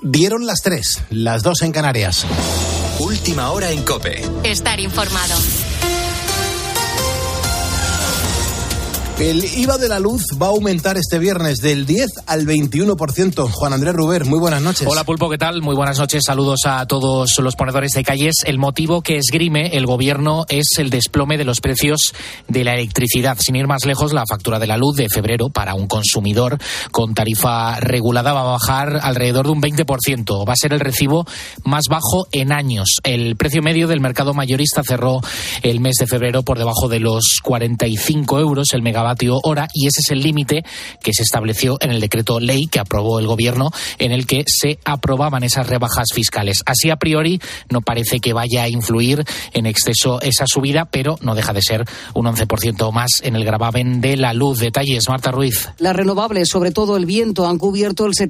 Dieron las 3, las 2 en Canarias. Última hora en COPE. Estar informado. El IVA de la luz va a aumentar este viernes del 10 al 21%. Juan Andrés Ruber, muy buenas noches. Hola Pulpo, ¿qué tal? Muy buenas noches, saludos a todos los ponedores de calles. El motivo que esgrime el gobierno es el desplome de los precios de la electricidad. Sin ir más lejos, la factura de la luz de febrero para un consumidor con tarifa regulada va a bajar alrededor de un 20%. Va a ser el recibo más bajo en años. El precio medio del mercado mayorista cerró el mes de febrero por debajo de los 45 euros el megavatio hora, y ese es el límite que se estableció en el decreto ley que aprobó el gobierno, en el que se aprobaban esas rebajas fiscales. Así, a priori, no parece que vaya a influir en exceso esa subida, pero no deja de ser un 11% más en el gravamen de la luz. Detalles, Marta Ruiz. Las renovables, sobre todo el viento, han cubierto el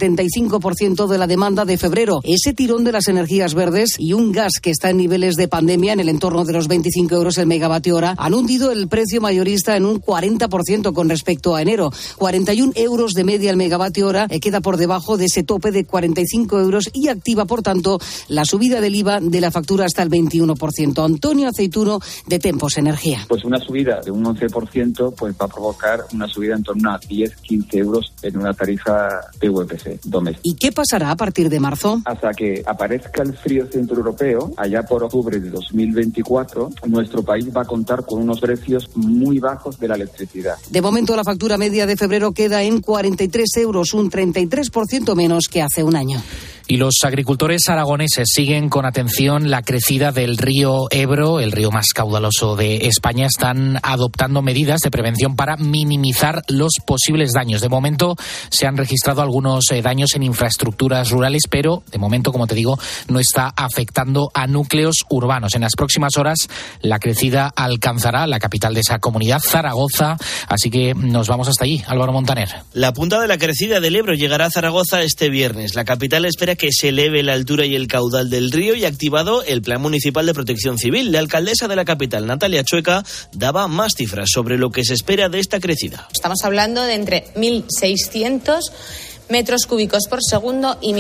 75% de la demanda de febrero. Ese tirón de las energías verdes y un gas que está en niveles de pandemia, en el entorno de los 25 euros el megavatio hora, han hundido el precio mayorista en un 40% con respecto a enero. 41 euros de media el megavatio hora, queda por debajo de ese tope de 45 euros y activa, por tanto, la subida del IVA de la factura hasta el 21%. Antonio Aceituno, de Tempos Energía. Pues una subida de un 11% pues va a provocar una subida en torno a 10-15 euros en una tarifa PVPC doméstica. ¿Y qué pasará a partir de marzo? Hasta que aparezca el frío centroeuropeo, allá por octubre de 2024, nuestro país va a contar con unos precios muy bajos de la electricidad. De momento, la factura media de febrero queda en 43 euros, un 33% menos que hace un año. Y los agricultores aragoneses siguen con atención la crecida del río Ebro, el río más caudaloso de España. Están adoptando medidas de prevención para minimizar los posibles daños. De momento se han registrado algunos daños en infraestructuras rurales, pero de momento, como te digo, no está afectando a núcleos urbanos. En las próximas horas la crecida alcanzará la capital de esa comunidad, Zaragoza, así que nos vamos hasta allí. Álvaro Montaner. La punta de la crecida del Ebro llegará a Zaragoza este viernes. La capital espera que se eleve la altura y el caudal del río y ha activado el Plan Municipal de Protección Civil. La alcaldesa de la capital, Natalia Chueca, daba más cifras sobre lo que se espera de esta crecida. Estamos hablando de entre 1.600 metros cúbicos por segundo y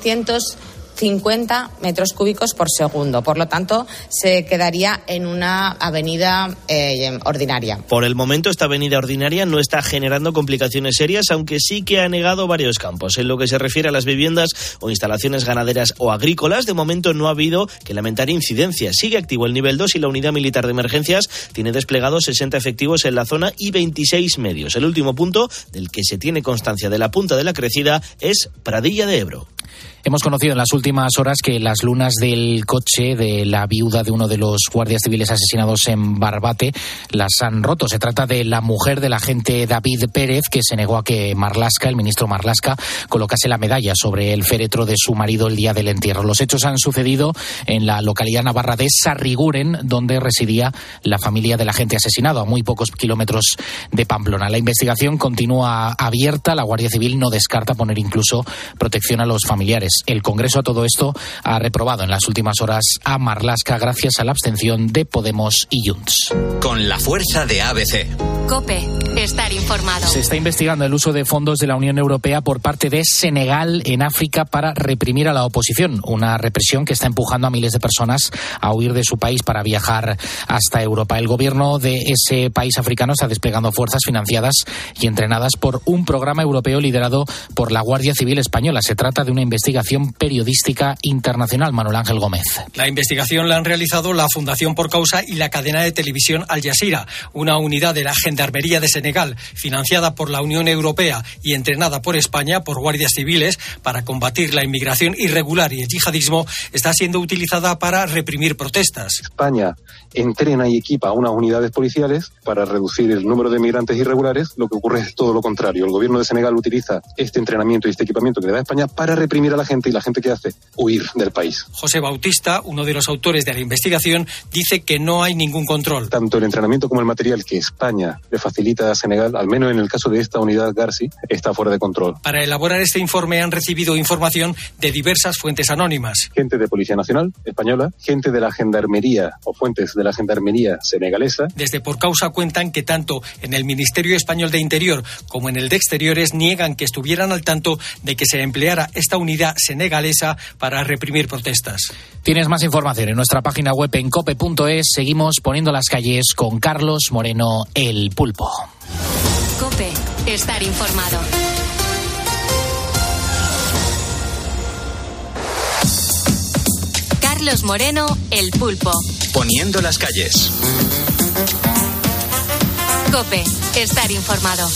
1.650 metros cúbicos por segundo. Por lo tanto, se quedaría en una avenida ordinaria. Por el momento, esta avenida ordinaria no está generando complicaciones serias, aunque sí que ha negado varios campos. En lo que se refiere a las viviendas o instalaciones ganaderas o agrícolas, de momento no ha habido que lamentar incidencias. Sigue activo el nivel 2 y la unidad militar de emergencias tiene desplegados 60 efectivos en la zona y 26 medios. El último punto del que se tiene constancia de la punta de la crecida es Pradilla de Ebro. Hemos conocido en las últimas horas que las lunas del coche de la viuda de uno de los guardias civiles asesinados en Barbate las han roto. Se trata de la mujer del agente David Pérez, que se negó a que Marlaska, el ministro Marlaska, colocase la medalla sobre el féretro de su marido el día del entierro. Los hechos han sucedido en la localidad navarra de Sarriguren, donde residía la familia del agente asesinado, a muy pocos kilómetros de Pamplona. La investigación continúa abierta. La Guardia Civil no descarta poner incluso protección a los familiares. El Congreso a todo esto ha reprobado en las últimas horas a Marlaska gracias a la abstención de Podemos y Junts. Con la fuerza de ABC. COPE, estar informado. Se está investigando el uso de fondos de la Unión Europea por parte de Senegal en África para reprimir a la oposición. Una represión que está empujando a miles de personas a huir de su país para viajar hasta Europa. El gobierno de ese país africano está desplegando fuerzas financiadas y entrenadas por un programa europeo liderado por la Guardia Civil Española. Se trata de una investigación periodística internacional. Manuel Ángel Gómez. La investigación la han realizado la Fundación Por Causa y la cadena de televisión Al Jazeera, una unidad de la Gendarmería de Senegal, financiada por la Unión Europea y entrenada por España por guardias civiles para combatir la inmigración irregular y el yihadismo, está siendo utilizada para reprimir protestas. España entrena y equipa unas unidades policiales para reducir el número de migrantes irregulares. Lo que ocurre es todo lo contrario. El gobierno de Senegal utiliza este entrenamiento y este equipamiento que le da España para reprimir a la gente, y la gente que hace huir del país. José Bautista, uno de los autores de la investigación, dice que no hay ningún control. Tanto el entrenamiento como el material que España le facilita a Senegal, al menos en el caso de esta unidad Garci, está fuera de control. Para elaborar este informe han recibido información de diversas fuentes anónimas. Gente de Policía Nacional española, gente de la Gendarmería o fuentes de la Gendarmería senegalesa. Desde Por Causa cuentan que tanto en el Ministerio Español de Interior como en el de Exteriores niegan que estuvieran al tanto de que se empleara esta unidad senegalesa para reprimir protestas. Tienes más información en nuestra página web en cope.es. Seguimos poniendo las calles con Carlos Moreno, el Pulpo. COPE, estar informado. Carlos Moreno, el Pulpo. Poniendo las calles. COPE, estar informado.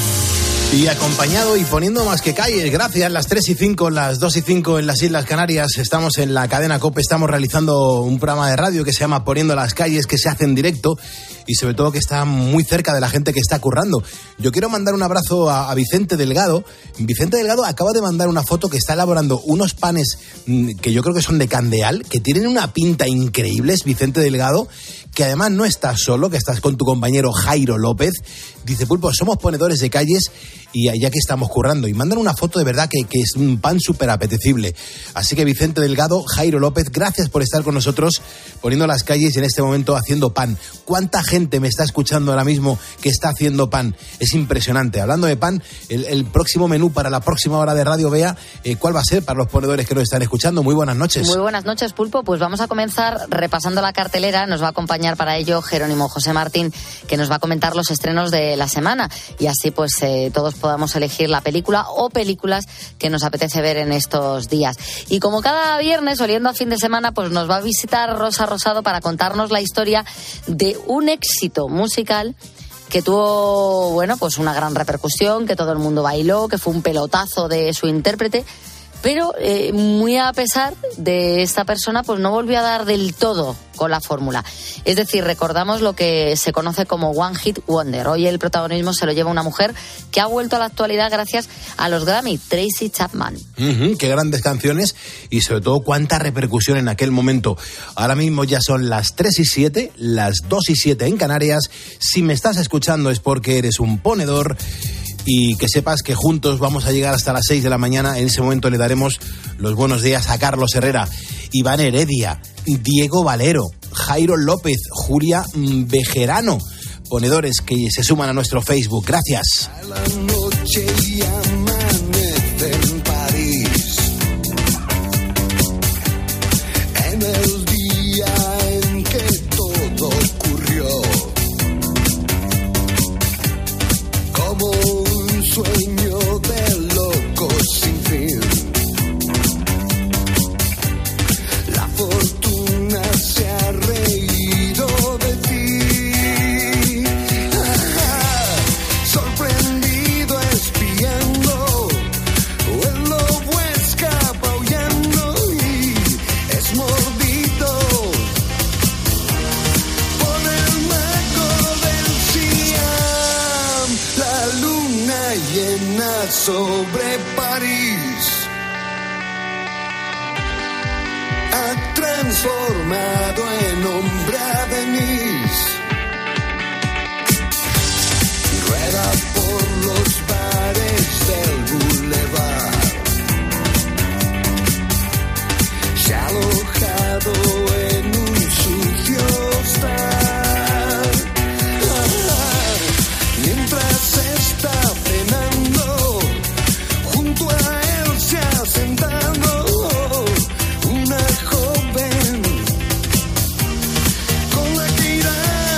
Y acompañado y poniendo más que calles, gracias, las 3:05, las 2:05 en las Islas Canarias. Estamos en la cadena COPE, estamos realizando un programa de radio que se llama Poniendo las calles, que se hace en directo y sobre todo que está muy cerca de la gente que está currando. Yo quiero mandar un abrazo a Vicente Delgado. Vicente Delgado acaba de mandar una foto que está elaborando unos panes que yo creo que son de candeal, que tienen una pinta increíble. Es Vicente Delgado, que además no estás solo, que estás con tu compañero Jairo López. Dice, Pulpo, somos ponedores de calles y allá que estamos currando. Y mandan una foto de verdad que es un pan súper apetecible. Así que Vicente Delgado, Jairo López, gracias por estar con nosotros poniendo las calles y en este momento haciendo pan. ¿Cuánta gente me está escuchando ahora mismo que está haciendo pan? Es impresionante. Hablando de pan, el próximo menú para la próxima hora de Radio Bea, ¿cuál va a ser para los ponedores que nos están escuchando? Muy buenas noches. Muy buenas noches, Pulpo. Pues vamos a comenzar repasando la cartelera. Nos va a acompañar para ello Jerónimo José Martín, que nos va a comentar los estrenos de la semana y así pues todos podamos elegir la película o películas que nos apetece ver en estos días. Y como cada viernes, oliendo a fin de semana, pues nos va a visitar Rosa Rosado para contarnos la historia de un éxito musical que tuvo, bueno, pues una gran repercusión, que todo el mundo bailó, que fue un pelotazo de su intérprete, pero muy a pesar de esta persona, pues no volvió a dar del todo con la fórmula. Es decir, recordamos lo que se conoce como One Hit Wonder. Hoy el protagonismo se lo lleva una mujer que ha vuelto a la actualidad gracias a los Grammy, Tracy Chapman. Qué grandes canciones y sobre todo cuánta repercusión en aquel momento. Ahora mismo ya son las 3:07, las 2:07 en Canarias. Si me estás escuchando es porque eres un ponedor. Y que sepas que juntos vamos a llegar hasta las 6 de la mañana. En ese momento le daremos los buenos días a Carlos Herrera, Iván Heredia, Diego Valero, Jairo López, Julia Bejerano, ponedores que se suman a nuestro Facebook. Gracias. A la noche y amanece en París, en el día en que todo ocurrió, como sueño de loco sin fin. La fortuna se ha reído de ti. Sorprendido espiando, el lobo escapa huyendo y es mordido por el mago del Siam. La luna llena sobre París ha transformado en hombre a Denise. Rueda por los bares del boulevard, se ha alojado en un sucio hostal. Mientras está cenando, junto a él se ha sentado una joven con la que irá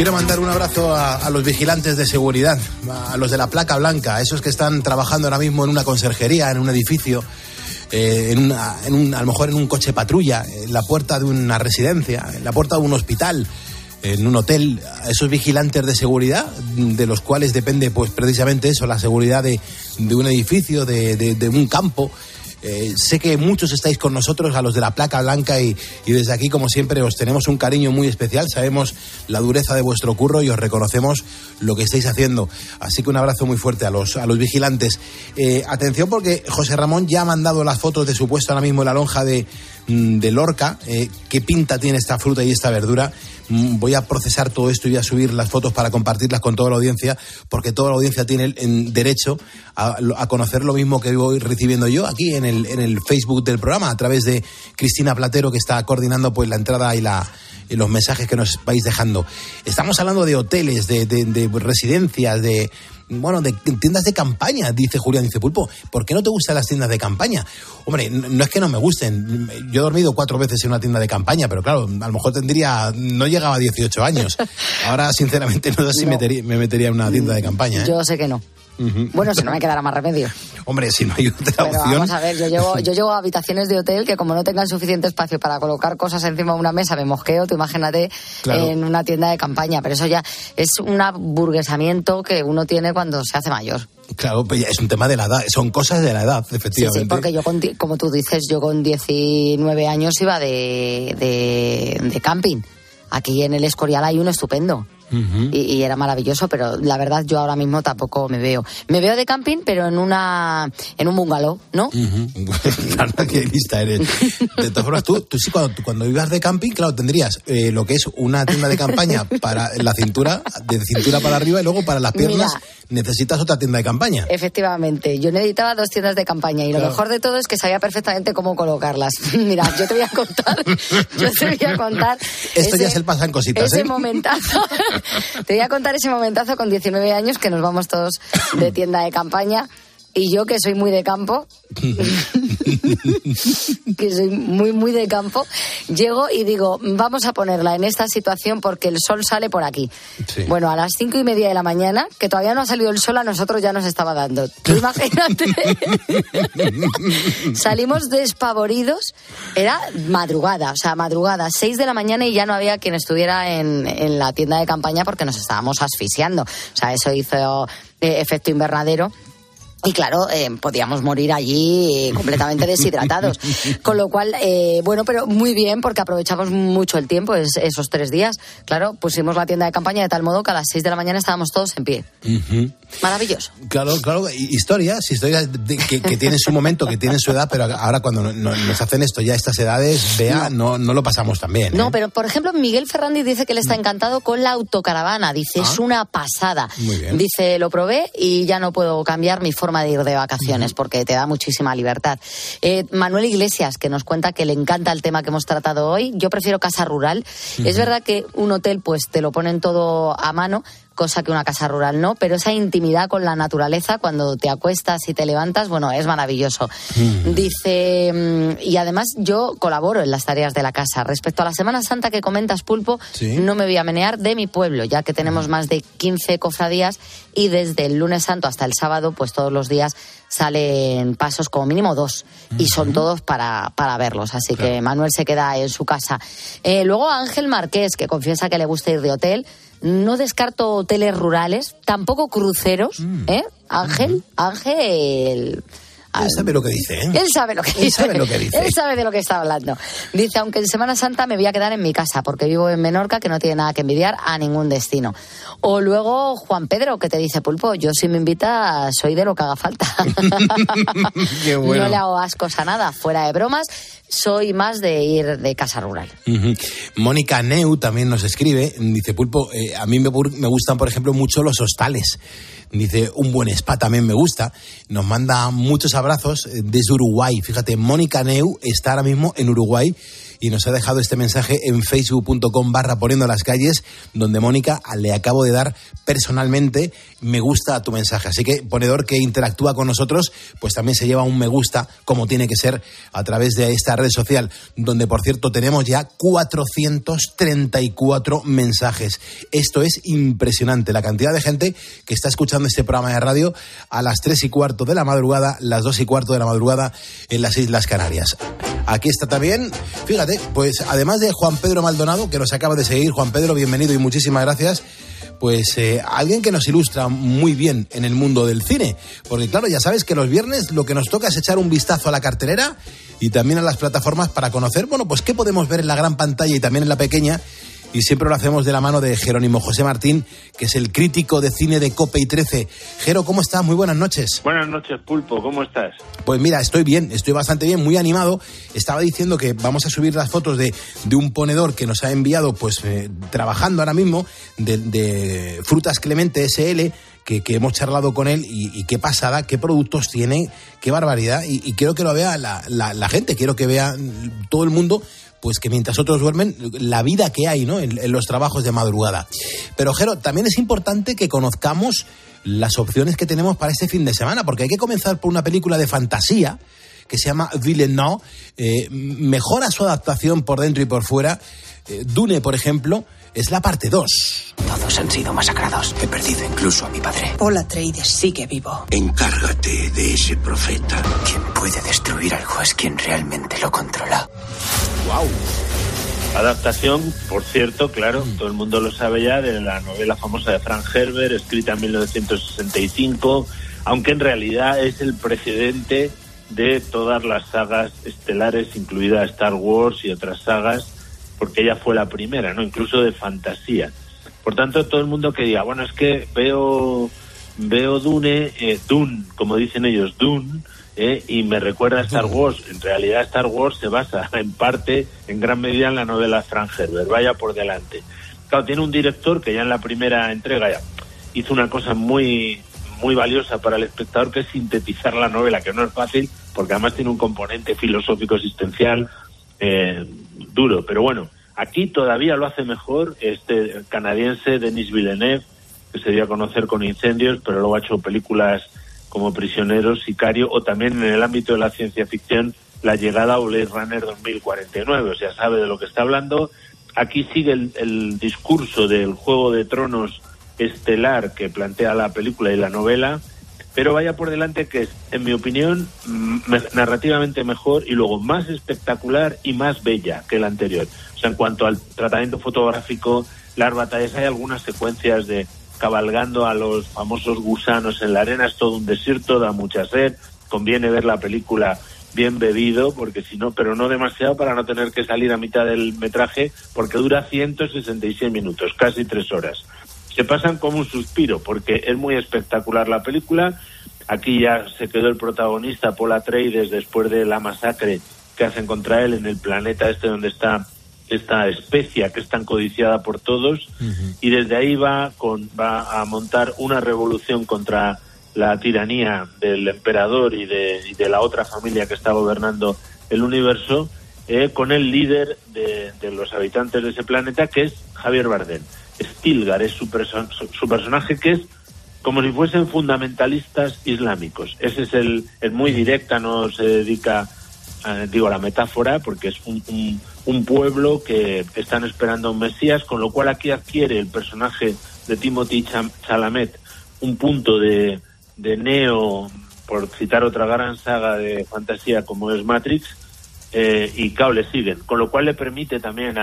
Quiero mandar un abrazo a los vigilantes de seguridad, a los de la placa blanca, esos que están trabajando ahora mismo en una conserjería, en un edificio, a lo mejor en un coche patrulla, en la puerta de una residencia, en la puerta de un hospital, en un hotel, a esos vigilantes de seguridad, de los cuales depende pues precisamente eso, la seguridad de un edificio, de un campo. Sé que muchos estáis con nosotros, a los de la placa blanca, y desde aquí, como siempre, os tenemos un cariño muy especial. Sabemos la dureza de vuestro curro y os reconocemos lo que estáis haciendo. Así que un abrazo muy fuerte a los vigilantes. Atención, porque José Ramón ya ha mandado las fotos de su puesto ahora mismo en la lonja de Lorca. ¿Qué pinta tiene esta fruta y esta verdura? Voy a procesar todo esto y voy a subir las fotos para compartirlas con toda la audiencia, porque toda la audiencia tiene derecho a conocer lo mismo que voy recibiendo yo aquí en el Facebook del programa, a través de Cristina Platero, que está coordinando pues la entrada y los mensajes que nos vais dejando. Estamos hablando de hoteles, de residencias, de tiendas de campaña, dice Julián. Dice, Pulpo, ¿por qué no te gustan las tiendas de campaña? Hombre, no es que no me gusten. Yo he dormido 4 veces en una tienda de campaña, pero claro, a lo mejor no llegaba a 18 años. Ahora, sinceramente, no sé si me metería en una tienda de campaña. Yo sé que no. Bueno, si no me quedara más remedio. Hombre, si no hay otra Pero opción. Vamos a ver, yo llevo a habitaciones de hotel que, como no tengan suficiente espacio para colocar cosas encima de una mesa, me mosqueo. Tú imagínate, claro, en una tienda de campaña. Pero eso ya es un aburguesamiento que uno tiene cuando se hace mayor. Claro, pues ya es un tema de la edad, son cosas de la edad, efectivamente. Sí, porque yo, como tú dices, yo con 19 años iba de camping. Aquí en el Escorial hay uno estupendo. Y era maravilloso, pero la verdad yo ahora mismo tampoco me veo. Me veo de camping, pero en un bungalow, ¿no? Claro, qué lista eres. De todas formas, tú sí, cuando ibas de camping, claro, tendrías lo que es una tienda de campaña para la cintura, de cintura para arriba, y luego para las piernas. Mira, necesitas otra tienda de campaña. Efectivamente, yo necesitaba 2 tiendas de campaña, y claro, lo mejor de todo es que sabía perfectamente cómo colocarlas. Mira, yo te voy a contar. Esto ya es el pasan cositas, ese momentazo. Te voy a contar ese momentazo con 19 años que nos vamos todos de tienda de campaña, y yo, que soy muy de campo, que soy muy, muy de campo, llego y digo, vamos a ponerla en esta situación porque el sol sale por aquí. Sí. Bueno, a las 5:30 de la mañana, que todavía no ha salido el sol, a nosotros ya nos estaba dando. Tú imagínate. Salimos despavoridos. Era madrugada, 6 de la mañana, y ya no había quien estuviera en la tienda de campaña porque nos estábamos asfixiando. O sea, eso hizo efecto invernadero. Y claro, podíamos morir allí completamente deshidratados. Con lo cual, pero muy bien, porque aprovechamos mucho el tiempo esos 3 días. Claro, pusimos la tienda de campaña de tal modo que a las 6 de la mañana estábamos todos en pie. Maravilloso. Claro, historias que tienen su momento, que tienen su edad, pero ahora cuando nos hacen esto ya a estas edades, no lo pasamos tan bien. No, pero por ejemplo, Miguel Ferrandi dice que él está encantado con la autocaravana. Dice, es una pasada. Muy bien. Dice, lo probé y ya no puedo cambiar mi forma de ir de vacaciones, porque te da muchísima libertad. Manuel Iglesias, que nos cuenta que le encanta el tema que hemos tratado hoy. Yo prefiero casa rural. Es verdad que un hotel pues te lo ponen todo a mano, cosa que una casa rural no, pero esa intimidad con la naturaleza cuando te acuestas y te levantas, bueno, es maravilloso. Dice, y además yo colaboro en las tareas de la casa. Respecto a la Semana Santa que comentas, Pulpo, ¿sí? No me voy a menear de mi pueblo, ya que tenemos más de 15 cofradías, y desde el lunes santo hasta el sábado, pues todos los días salen pasos, como mínimo 2, y son todos para verlos, así claro, que Manuel se queda en su casa. Luego Ángel Marqués, que confiesa que le gusta ir de hotel. No descarto hoteles rurales, tampoco cruceros, Ángel. Él sabe lo que dice, ¿eh? Él sabe lo que dice. Él sabe de lo que está hablando. Dice, aunque en Semana Santa me voy a quedar en mi casa, porque vivo en Menorca, que no tiene nada que envidiar a ningún destino. O luego Juan Pedro, que te dice, Pulpo, yo si me invita soy de lo que haga falta. Qué bueno. No le hago ascos a nada, fuera de bromas. Soy más de ir de casa rural. Mónica Neu también nos escribe, dice, Pulpo, a mí me gustan, por ejemplo, mucho los hostales. Dice, un buen spa también me gusta. Nos manda muchos abrazos desde Uruguay. Fíjate, Mónica Neu está ahora mismo en Uruguay y nos ha dejado este mensaje en facebook.com/poniendo las calles, donde Mónica le acabo de dar personalmente me gusta a tu mensaje. Así que ponedor que interactúa con nosotros, pues también se lleva un me gusta, como tiene que ser, a través de esta red social, donde por cierto tenemos ya 434 mensajes. Esto es impresionante, la cantidad de gente que está escuchando este programa de radio a las 3:15 de la madrugada, las 2:15 de la madrugada en las Islas Canarias. Aquí está también, fíjate, pues además de Juan Pedro Maldonado, que nos acaba de seguir. Juan Pedro, bienvenido y muchísimas gracias. Pues alguien que nos ilustra muy bien en el mundo del cine, porque claro, ya sabes que los viernes lo que nos toca es echar un vistazo a la cartelera y también a las plataformas para conocer, bueno, pues qué podemos ver en la gran pantalla y también en la pequeña, y siempre lo hacemos de la mano de Jerónimo José Martín, que es el crítico de cine de COPE y 13. Jero, ¿cómo estás? Muy buenas noches. Buenas noches, Pulpo, ¿cómo estás? Pues mira, estoy bien, estoy bastante bien, muy animado. Estaba diciendo que vamos a subir las fotos de un ponedor que nos ha enviado, pues trabajando ahora mismo, de Frutas Clemente SL, que hemos charlado con él, y qué pasada, qué productos tiene, qué barbaridad, y quiero que lo vea la gente, quiero que vea todo el mundo, pues que mientras otros duermen, la vida que hay, ¿no?, en los trabajos de madrugada. Pero, Jero, también es importante que conozcamos las opciones que tenemos para este fin de semana, porque hay que comenzar por una película de fantasía que se llama Villeneuve. Mejora su adaptación por dentro y por fuera. Dune, por ejemplo, es la parte 2. Todos han sido masacrados. He perdido incluso a mi padre. Paul Atreides sigue vivo. Encárgate de ese profeta. Quien puede destruir algo es quien realmente lo controla. ¡Wow! Adaptación, por cierto, claro, todo el mundo lo sabe ya, de la novela famosa de Frank Herbert, escrita en 1965, aunque en realidad es el precedente de todas las sagas estelares, incluida Star Wars y otras sagas, porque ella fue la primera, ¿no?, incluso de fantasía. Por tanto, todo el mundo que diga, bueno, es que veo Dune, como dicen ellos, Dune, y me recuerda a Star Wars. En realidad Star Wars se basa en parte, en gran medida, en la novela Frank Herbert. Vaya por delante. Claro, tiene un director que ya en la primera entrega ya hizo una cosa muy, muy valiosa para el espectador, que es sintetizar la novela, que no es fácil, porque además tiene un componente filosófico existencial duro. Pero bueno, aquí todavía lo hace mejor este canadiense Denis Villeneuve, que se dio a conocer con Incendios, pero luego ha hecho películas como Prisioneros, Sicario, o también en el ámbito de la ciencia ficción, La Llegada o Blade Runner 2049, o sea, sabe de lo que está hablando. Aquí sigue el discurso del Juego de Tronos estelar que plantea la película y la novela, pero vaya por delante que es, en mi opinión, narrativamente mejor y luego más espectacular y más bella que la anterior. O sea, en cuanto al tratamiento fotográfico, las batallas, hay algunas secuencias de cabalgando a los famosos gusanos en la arena, es todo un desierto, da mucha sed, conviene ver la película bien bebido, porque si no, pero no demasiado para no tener que salir a mitad del metraje, porque dura 166 minutos, casi 3 horas. Se pasan como un suspiro, porque es muy espectacular la película. Aquí ya se quedó el protagonista, Paul Atreides, después de la masacre que hacen contra él en el planeta este donde está esta especia que es tan codiciada por todos, y desde ahí va a montar una revolución contra la tiranía del emperador y de la otra familia que está gobernando el universo, con el líder de los habitantes de ese planeta, que es Javier Bardem. Stilgar es su personaje, que es como si fuesen fundamentalistas islámicos. Ese es el muy directa, no se dedica a la metáfora, porque es un pueblo que están esperando a un Mesías, con lo cual aquí adquiere el personaje de Timothée Chalamet un punto de Neo, por citar otra gran saga de fantasía como es Matrix, y claro, le siguen, con lo cual le permite también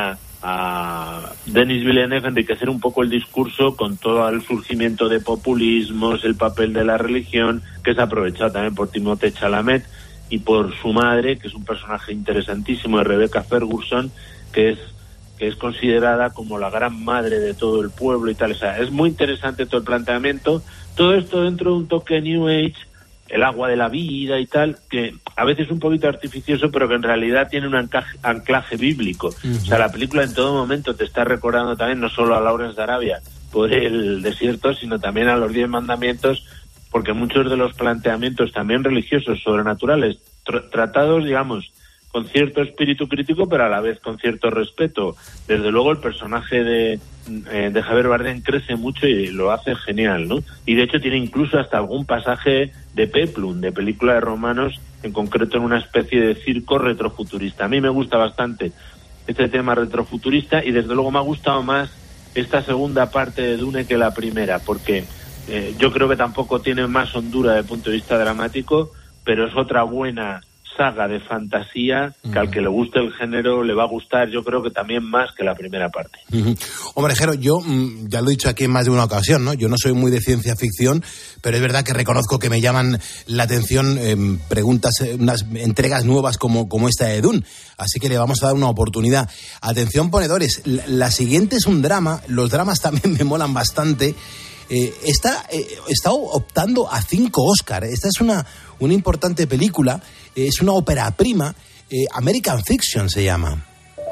a Denis Villeneuve enriquecer un poco el discurso con todo el surgimiento de populismos, el papel de la religión, que es aprovechado también por Timothée Chalamet y por su madre, que es un personaje interesantísimo, de Rebecca Ferguson, que es considerada como la gran madre de todo el pueblo y tal. O sea, es muy interesante todo el planteamiento, todo esto dentro de un toque New Age, el agua de la vida y tal, que a veces es un poquito artificioso, pero que en realidad tiene un anclaje bíblico. O sea, la película en todo momento te está recordando también no solo a Lawrence de Arabia por el desierto, sino también a los 10 mandamientos, porque muchos de los planteamientos también religiosos, sobrenaturales, tratados, digamos, con cierto espíritu crítico, pero a la vez con cierto respeto. Desde luego el personaje de Javier Bardem crece mucho y lo hace genial, ¿no? Y de hecho tiene incluso hasta algún pasaje de peplum, de película de romanos, en concreto en una especie de circo retrofuturista. A mí me gusta bastante este tema retrofuturista y desde luego me ha gustado más esta segunda parte de Dune que la primera, porque yo creo que tampoco tiene más hondura desde el punto de vista dramático, pero es otra buena saga de fantasía que al que le guste el género le va a gustar, yo creo que también más que la primera parte. Hombre, Jero, yo ya lo he dicho aquí en más de una ocasión, ¿no? Yo no soy muy de ciencia ficción, pero es verdad que reconozco que me llaman la atención preguntas, unas entregas nuevas como esta de Dune, así que le vamos a dar una oportunidad. Atención, ponedores, la siguiente es un drama, los dramas también me molan bastante. Está optando a 5 Oscar. Esta es una importante película, es una ópera prima, American Fiction se llama.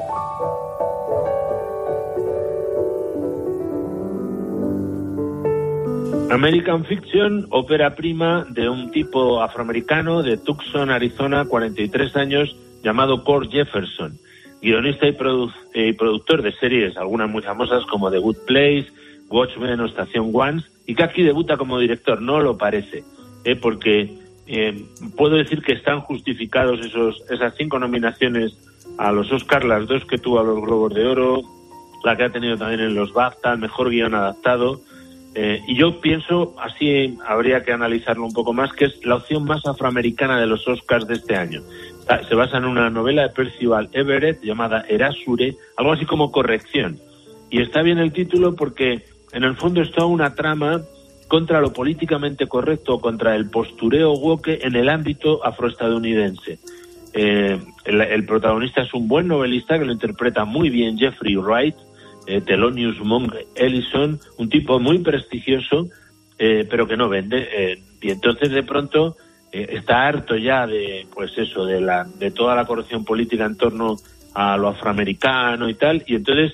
American Fiction, ópera prima de un tipo afroamericano de Tucson, Arizona, 43 años, llamado Cord Jefferson, guionista y productor de series, algunas muy famosas como The Good Place, Watchmen o Estación One, y que aquí debuta como director. No lo parece, porque puedo decir que están justificados esas 5 nominaciones a los Oscars, las 2 que tuvo a los Globos de Oro, la que ha tenido también en los BAFTA, el mejor guión adaptado, y yo pienso, así habría que analizarlo un poco más, que es la opción más afroamericana de los Oscars de este año. Se basa en una novela de Percival Everett llamada Erasure, algo así como Corrección, y está bien el título porque en el fondo es toda una trama contra lo políticamente correcto, contra el postureo woke en el ámbito afroestadounidense. El protagonista es un buen novelista que lo interpreta muy bien Jeffrey Wright, Thelonious Monk Ellison, un tipo muy prestigioso, pero que no vende. Y entonces de pronto está harto ya de toda la corrupción política en torno a lo afroamericano y tal, y entonces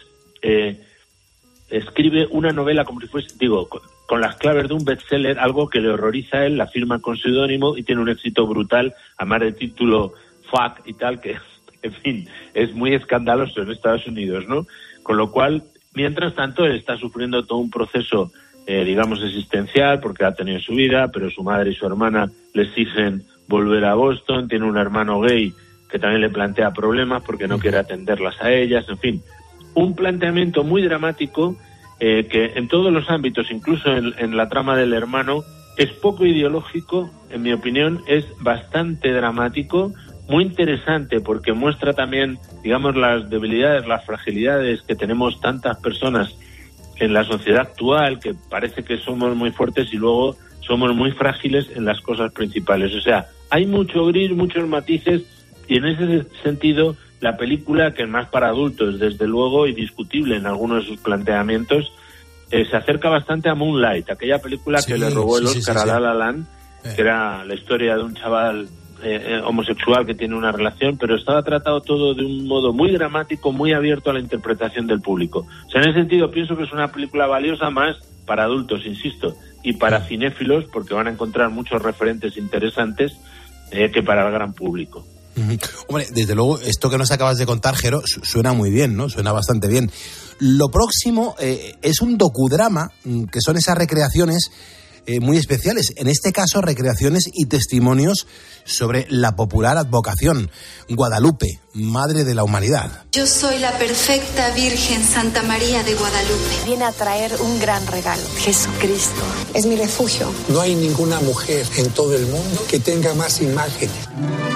escribe una novela como si fuese, con las claves de un bestseller, algo que le horroriza a él, la firma con seudónimo y tiene un éxito brutal, además del título Fuck y tal, que en fin, es muy escandaloso en Estados Unidos, ¿no? Con lo cual, mientras tanto, él está sufriendo todo un proceso, existencial, porque ha tenido su vida, pero su madre y su hermana le exigen volver a Boston, tiene un hermano gay que también le plantea problemas porque no quiere atenderlas a ellas, en fin. Un planteamiento muy dramático que en todos los ámbitos, incluso en la trama del hermano, es poco ideológico, en mi opinión, es bastante dramático, muy interesante porque muestra también, las debilidades, las fragilidades que tenemos tantas personas en la sociedad actual, que parece que somos muy fuertes y luego somos muy frágiles en las cosas principales. O sea, hay mucho gris, muchos matices, y en ese sentido la película, que es más para adultos, desde luego, y discutible en algunos de sus planteamientos, se acerca bastante a Moonlight, aquella película que le robó el Oscar a La La Land, que era la historia de un chaval homosexual que tiene una relación, pero estaba tratado todo de un modo muy dramático, muy abierto a la interpretación del público. O sea, en ese sentido pienso que es una película valiosa más para adultos, insisto, y para cinéfilos, porque van a encontrar muchos referentes interesantes, que para el gran público. Hombre, desde luego, esto que nos acabas de contar, Jero, suena muy bien, ¿no? Suena bastante bien. Lo próximo es un docudrama, que son esas recreaciones muy especiales. En este caso, recreaciones y testimonios sobre la popular advocación. Guadalupe, Madre de la Humanidad. Yo soy la perfecta Virgen Santa María de Guadalupe. Viene a traer un gran regalo, Jesucristo. Es mi refugio. No hay ninguna mujer en todo el mundo que tenga más imágenes.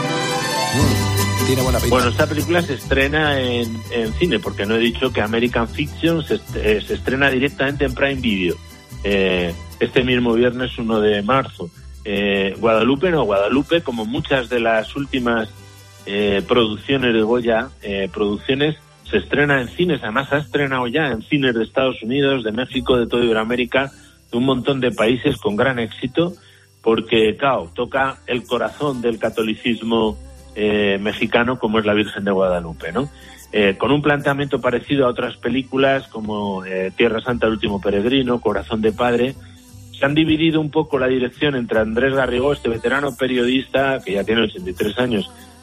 Tiene buena pinta. Bueno, esta película se estrena en cine, porque no he dicho que American Fiction se estrena directamente en Prime Video. Este mismo viernes 1 de marzo. Guadalupe, como muchas de las últimas producciones de Goya, se estrena en cines. Además, ha estrenado ya en cines de Estados Unidos, de México, de toda Iberoamérica, de un montón de países con gran éxito, porque, claro, toca el corazón del catolicismo mexicano, como es la Virgen de Guadalupe, ¿no? Con un planteamiento parecido a otras películas como Tierra Santa, el último peregrino, Corazón de Padre. Se han dividido un poco la dirección entre Andrés Garrigó, este veterano periodista que ya tiene 83 años,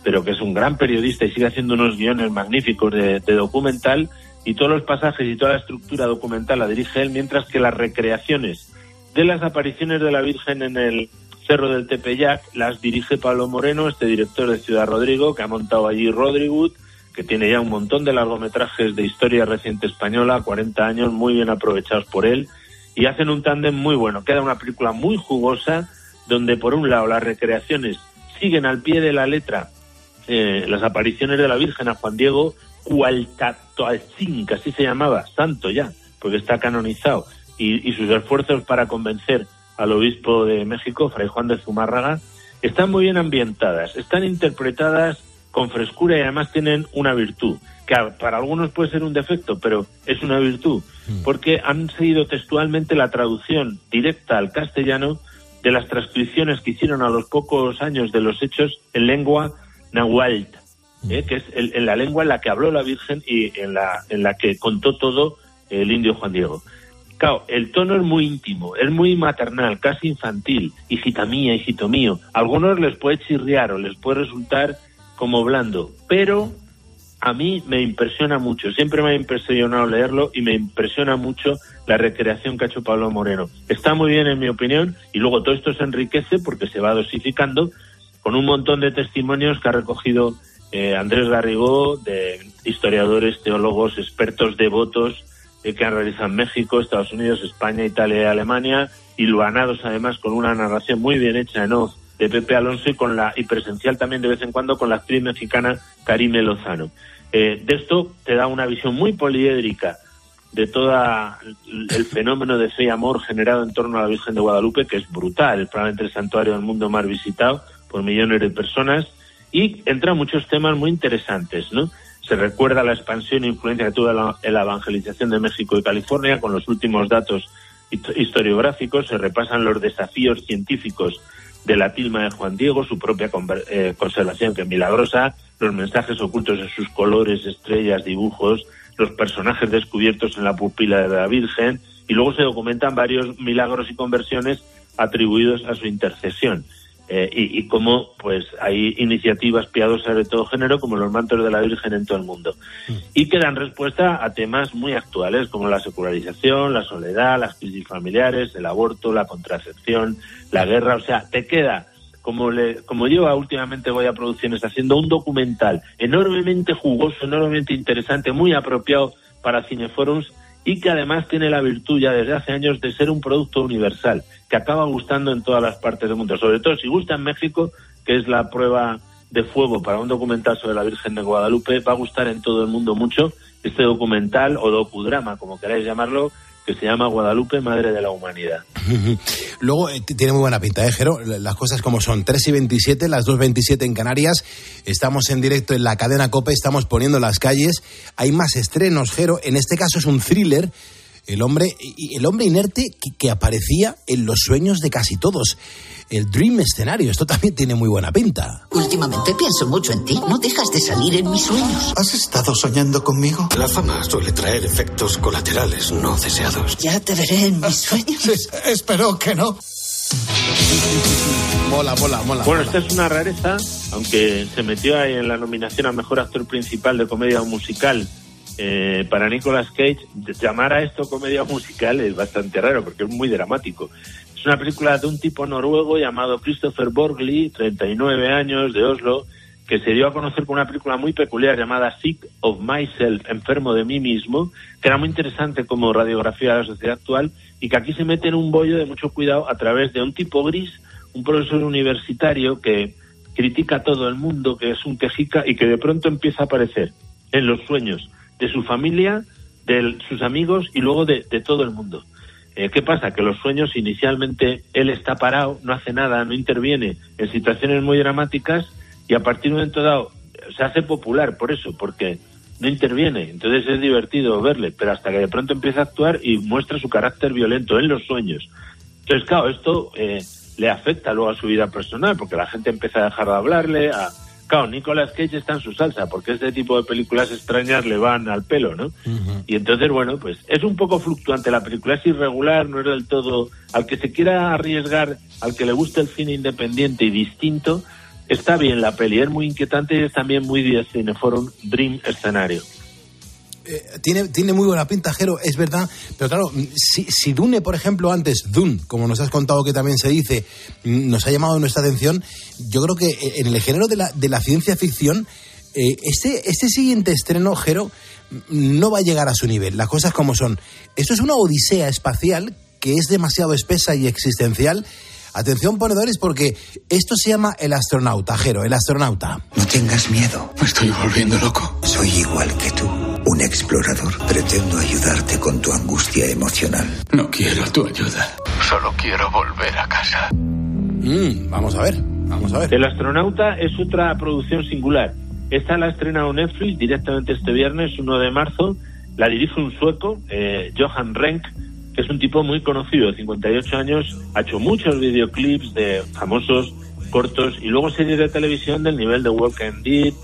pero que es un gran periodista y sigue haciendo unos guiones magníficos de documental, y todos los pasajes y toda la estructura documental la dirige él, mientras que las recreaciones de las apariciones de la Virgen en el Cerro del Tepeyac las dirige Pablo Moreno, este director de Ciudad Rodrigo, que ha montado allí Rodrigood, que tiene ya un montón de largometrajes de historia reciente española, 40 años, muy bien aprovechados por él, y hacen un tándem muy bueno. Queda una película muy jugosa, donde por un lado las recreaciones siguen al pie de la letra las apariciones de la Virgen a Juan Diego Cualtatoaltzin, que así se llamaba, santo ya, porque está canonizado, y sus esfuerzos para convencer al obispo de México, Fray Juan de Zumárraga, están muy bien ambientadas, están interpretadas con frescura y además tienen una virtud, que para algunos puede ser un defecto, pero es una virtud, porque han seguido textualmente la traducción directa al castellano de las transcripciones que hicieron a los pocos años de los hechos en lengua náhuatl, que es en la lengua en la que habló la Virgen y en la que contó todo el indio Juan Diego. Claro, el tono es muy íntimo, es muy maternal, casi infantil, hijita mía, hijito mío. A algunos les puede chirriar o les puede resultar como blando, pero a mí me impresiona mucho, siempre me ha impresionado leerlo y me impresiona mucho la recreación que ha hecho Pablo Moreno. Está muy bien en mi opinión, y luego todo esto se enriquece porque se va dosificando con un montón de testimonios que ha recogido Andrés Garrigó, de historiadores, teólogos, expertos, devotos, que han realizado en México, Estados Unidos, España, Italia y Alemania, y luanados además con una narración muy bien hecha en off de Pepe Alonso y presencial también de vez en cuando con la actriz mexicana Karime Lozano. De esto te da una visión muy poliédrica de todo el fenómeno de fe y amor generado en torno a la Virgen de Guadalupe, que es brutal, probablemente el santuario del mundo más visitado por millones de personas, y entra muchos temas muy interesantes, ¿no? Se recuerda la expansión e influencia que tuvo la evangelización de México y California con los últimos datos historiográficos, se repasan los desafíos científicos de la tilma de Juan Diego, su propia conservación, que es milagrosa, los mensajes ocultos en sus colores, estrellas, dibujos, los personajes descubiertos en la pupila de la Virgen, y luego se documentan varios milagros y conversiones atribuidos a su intercesión. Y cómo pues hay iniciativas piadosas de todo género, como los mantos de la Virgen en todo el mundo, y que dan respuesta a temas muy actuales como la secularización, la soledad, las crisis familiares, el aborto, la contracepción, la guerra. O sea, te queda, como yo últimamente voy a producciones haciendo un documental enormemente jugoso, enormemente interesante, muy apropiado para cineforums, y que además tiene la virtud ya desde hace años de ser un producto universal, que acaba gustando en todas las partes del mundo, sobre todo si gusta en México, que es la prueba de fuego para un documental sobre la Virgen de Guadalupe. Va a gustar en todo el mundo mucho este documental, o docudrama, como queráis llamarlo, que se llama Guadalupe, Madre de la Humanidad. Luego tiene muy buena pinta, Jero, las cosas como son. 3:27, las 2:27 en Canarias. Estamos en directo en la cadena COPE, estamos poniendo las calles. Hay más estrenos, Jero. En este caso es un thriller. El hombre inerte que aparecía en los sueños de casi todos. El Dream Escenario. Esto también tiene muy buena pinta. Últimamente pienso mucho en ti. No dejas de salir en mis sueños. ¿Has estado soñando conmigo? La fama suele traer efectos colaterales no deseados. Ya te veré en mis sueños. Sí, espero que no. Mola. Bueno, esta es una rareza, aunque se metió ahí en la nominación a Mejor Actor Principal de Comedia Musical para Nicolas Cage. Llamar a esto comedia musical es bastante raro porque es muy dramático. Es una película de un tipo noruego llamado Christopher Borgli, 39 años, de Oslo, que se dio a conocer con una película muy peculiar llamada Sick of Myself, enfermo de mí mismo, que era muy interesante como radiografía de la sociedad actual, y que aquí se mete en un bollo de mucho cuidado a través de un tipo gris, un profesor universitario que critica a todo el mundo, que es un quejica, y que de pronto empieza a aparecer en los sueños de su familia, de sus amigos y luego de todo el mundo. ¿Qué pasa? Que los sueños, inicialmente él está parado, no hace nada, no interviene en situaciones muy dramáticas, y a partir de un momento dado se hace popular por eso, porque no interviene. Entonces es divertido verle, pero hasta que de pronto empieza a actuar y muestra su carácter violento en los sueños. Entonces, claro, esto le afecta luego a su vida personal, porque la gente empieza a dejar de hablarle. Claro, Nicolas Cage está en su salsa, porque este tipo de películas extrañas le van al pelo, ¿no? Uh-huh. Y entonces, bueno, pues es un poco fluctuante la película, es irregular, no es del todo... Al que se quiera arriesgar, al que le guste el cine independiente y distinto, Está bien la peli, es muy inquietante y es también muy de Cineforum Dream escenario. Tiene muy buena pinta, Jero, es verdad, pero claro, si Dune, por ejemplo, antes, Dune, como nos has contado que también se dice, nos ha llamado nuestra atención, yo creo que en el género de la ciencia ficción, este siguiente estreno, Jero, no va a llegar a su nivel, las cosas como son. Esto es una odisea espacial que es demasiado espesa y existencial. Atención, ponedores, porque esto se llama El astronauta, Jero, El astronauta. No tengas miedo. Me estoy volviendo loco. Soy igual que tú, un explorador. Pretendo ayudarte con tu angustia emocional. No quiero tu ayuda. Solo quiero volver a casa. Vamos a ver. El astronauta es otra producción singular. Esta la ha estrenado Netflix directamente este viernes, 1 de marzo. La dirige un sueco, Johan Renck, que es un tipo muy conocido, de 58 años, ha hecho muchos videoclips de famosos cortos y luego series de televisión del nivel de Walking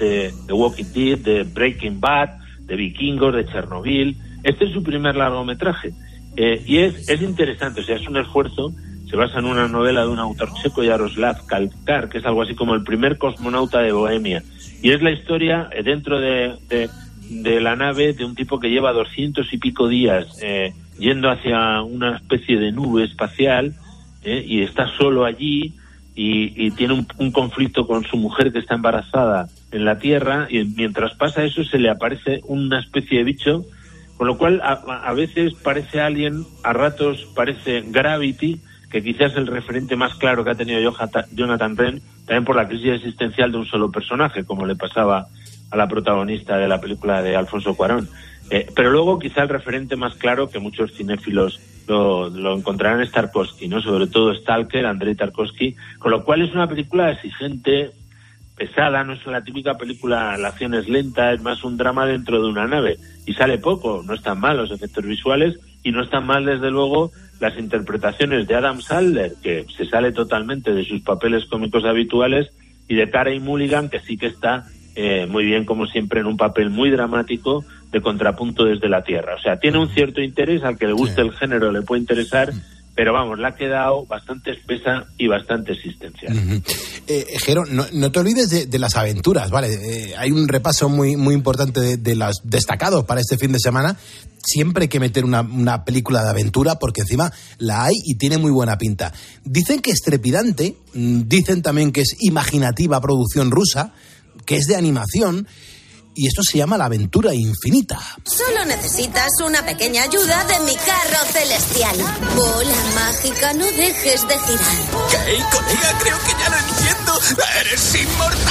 Dead, de Breaking Bad, de Vikingos, de Chernobyl. Este es su primer largometraje y es interesante, o sea, es un esfuerzo. Se basa en una novela de un autor checo, Jaroslav Kalkar, que es algo así como el primer cosmonauta de Bohemia, y es la historia dentro de la nave de un tipo que lleva 200 y pico días yendo hacia una especie de nube espacial y está solo allí y tiene un conflicto con su mujer que está embarazada en la Tierra, y mientras pasa eso se le aparece una especie de bicho, con lo cual a veces parece Alien, a ratos parece Gravity, que quizás es el referente más claro que ha tenido Jonathan Renn, también por la crisis existencial de un solo personaje, como le pasaba a la protagonista de la película de Alfonso Cuarón. Pero luego quizá el referente más claro, que muchos cinéfilos lo encontrarán, es Tarkovsky, ¿no? Sobre todo Stalker, Andrei Tarkovsky, con lo cual es una película exigente, pesada, no es la típica película, la acción es lenta, es más un drama dentro de una nave, y sale poco, no están mal los efectos visuales, y no están mal desde luego las interpretaciones de Adam Sandler, que se sale totalmente de sus papeles cómicos habituales, y de Carey Mulligan, que sí que está muy bien, como siempre, en un papel muy dramático de contrapunto desde la Tierra. O sea, tiene un cierto interés, al que le guste el género le puede interesar, pero vamos, le ha quedado bastante espesa y bastante existencial. Jero, no te olvides de las aventuras, ¿vale? Hay un repaso muy importante de los destacados para este fin de semana. Siempre hay que meter una película de aventura, porque encima la hay y tiene muy buena pinta. Dicen que es trepidante, dicen también que es imaginativa producción rusa, que es de animación, y esto se llama La aventura infinita. Solo necesitas una pequeña ayuda de mi carro celestial. Bola mágica, no dejes de girar. ¿Qué, colega? Creo que ya lo entiendo. ¡Eres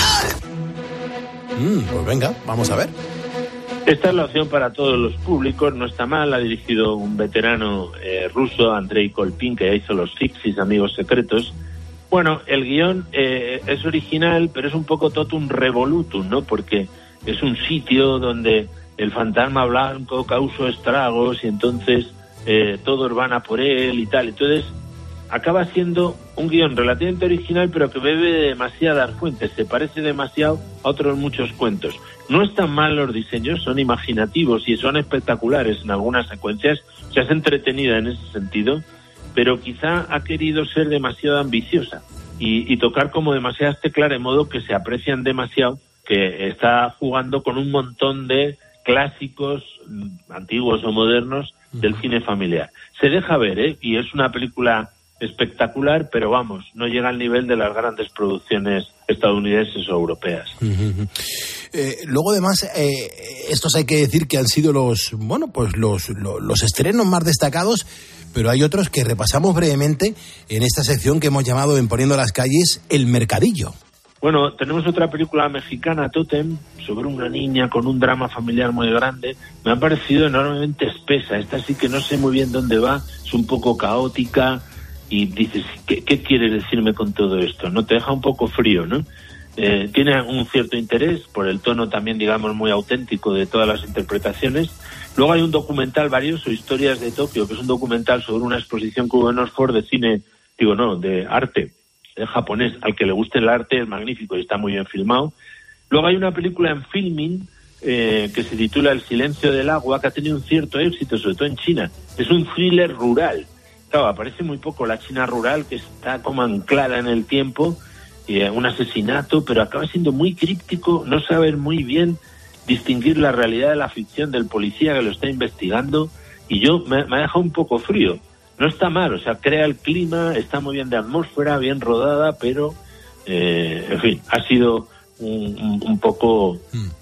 inmortal! Pues venga, vamos a ver. Esta es la opción para todos los públicos, no está mal. Ha dirigido un veterano ruso, Andrei Kolpin, que ya hizo Los Fixis, Amigos Secretos. Bueno, el guión es original, pero es un poco totum revolutum, ¿no? Porque es un sitio donde el fantasma blanco causó estragos y entonces todos van a por él y tal. Entonces acaba siendo un guión relativamente original, pero que bebe de demasiadas fuentes, se parece demasiado a otros muchos cuentos. No están mal los diseños, son imaginativos y son espectaculares en algunas secuencias, o sea, es entretenida en ese sentido, pero quizá ha querido ser demasiado ambiciosa y tocar como demasiadas teclas, de modo que se aprecian demasiado, que está jugando con un montón de clásicos antiguos o modernos del cine familiar. Se deja ver, y es una película espectacular, pero vamos, no llega al nivel de las grandes producciones estadounidenses o europeas. Luego, además, estos hay que decir que han sido los estrenos más destacados, pero hay otros que repasamos brevemente en esta sección que hemos llamado, en Poniendo las Calles, El Mercadillo. Bueno, tenemos otra película mexicana, Totem, sobre una niña con un drama familiar muy grande. Me ha parecido enormemente espesa. Esta sí que no sé muy bien dónde va, es un poco caótica y dices, ¿qué quieres decirme con todo esto? ¿No? Te deja un poco frío, ¿no? Tiene un cierto interés por el tono también, digamos, muy auténtico de todas las interpretaciones. Luego hay un documental valioso, Historias de Tokio, que es un documental sobre una exposición que hubo en Oxford de arte japonés. Al que le guste el arte es magnífico y está muy bien filmado. Luego hay una película en Filmin que se titula El silencio del agua, que ha tenido un cierto éxito, sobre todo en China. Es un thriller rural. Claro, aparece muy poco la China rural, que está como anclada en el tiempo, un asesinato, pero acaba siendo muy críptico, no saber muy bien distinguir la realidad de la ficción del policía que lo está investigando, y me ha dejado un poco frío. No está mal, o sea, crea el clima, está muy bien de atmósfera, bien rodada, pero, en fin, ha sido un poco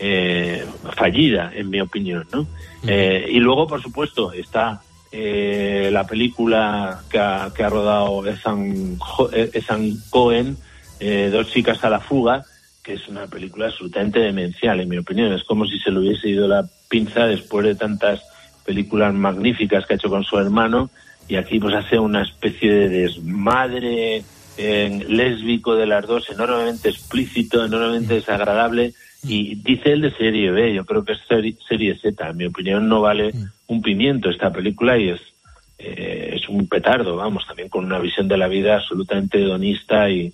fallida, en mi opinión, ¿no? Y luego, por supuesto, está la película que ha rodado Ethan Cohen, Dos chicas a la fuga, que es una película absolutamente demencial, en mi opinión. Es como si se le hubiese ido la pinza después de tantas películas magníficas que ha hecho con su hermano, y aquí pues hace una especie de desmadre lésbico de las dos, enormemente explícito, enormemente desagradable, y dice él de serie B, yo creo que es serie Z. En mi opinión no vale un pimiento esta película, y es un petardo, vamos, también con una visión de la vida absolutamente hedonista y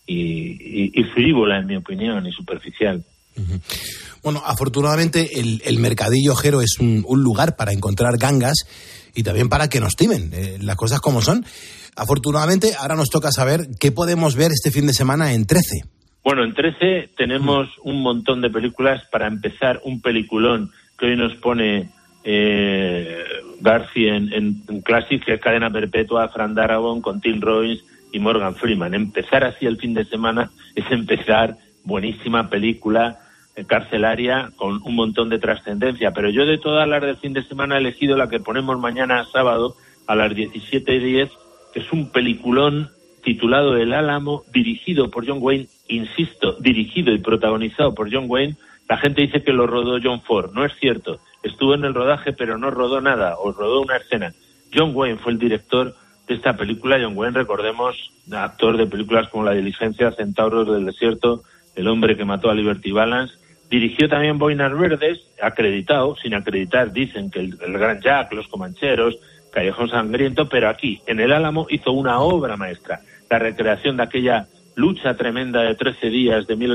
frívola, en mi opinión, y superficial. Bueno, afortunadamente el mercadillo, Jero, es un lugar para encontrar gangas y también para que nos timen, las cosas como son. Afortunadamente, ahora nos toca saber qué podemos ver este fin de semana en 13. Bueno, en 13 tenemos un montón de películas. Para empezar, un peliculón que hoy nos pone Garci en Classic, que es Cadena Perpetua, Fran Darabont con Tim Robbins y Morgan Freeman. Empezar así el fin de semana es empezar buenísima película carcelaria con un montón de trascendencia. Pero yo, de todas las del fin de semana, he elegido la que ponemos mañana sábado a las 17:10, que es un peliculón titulado El Álamo, dirigido por John Wayne, insisto, dirigido y protagonizado por John Wayne. La gente dice que lo rodó John Ford, no es cierto. Estuvo en el rodaje, pero no rodó nada, o rodó una escena. John Wayne fue el director de esta película. John Wayne, recordemos, actor de películas como La Diligencia, Centauros del Desierto, El hombre que mató a Liberty Balance. Dirigió también Boinas Verdes, acreditado, sin acreditar, dicen que el Gran Jack, Los Comancheros, Callejón Sangriento, pero aquí, en El Álamo, hizo una obra maestra. La recreación de aquella lucha tremenda de 13 días de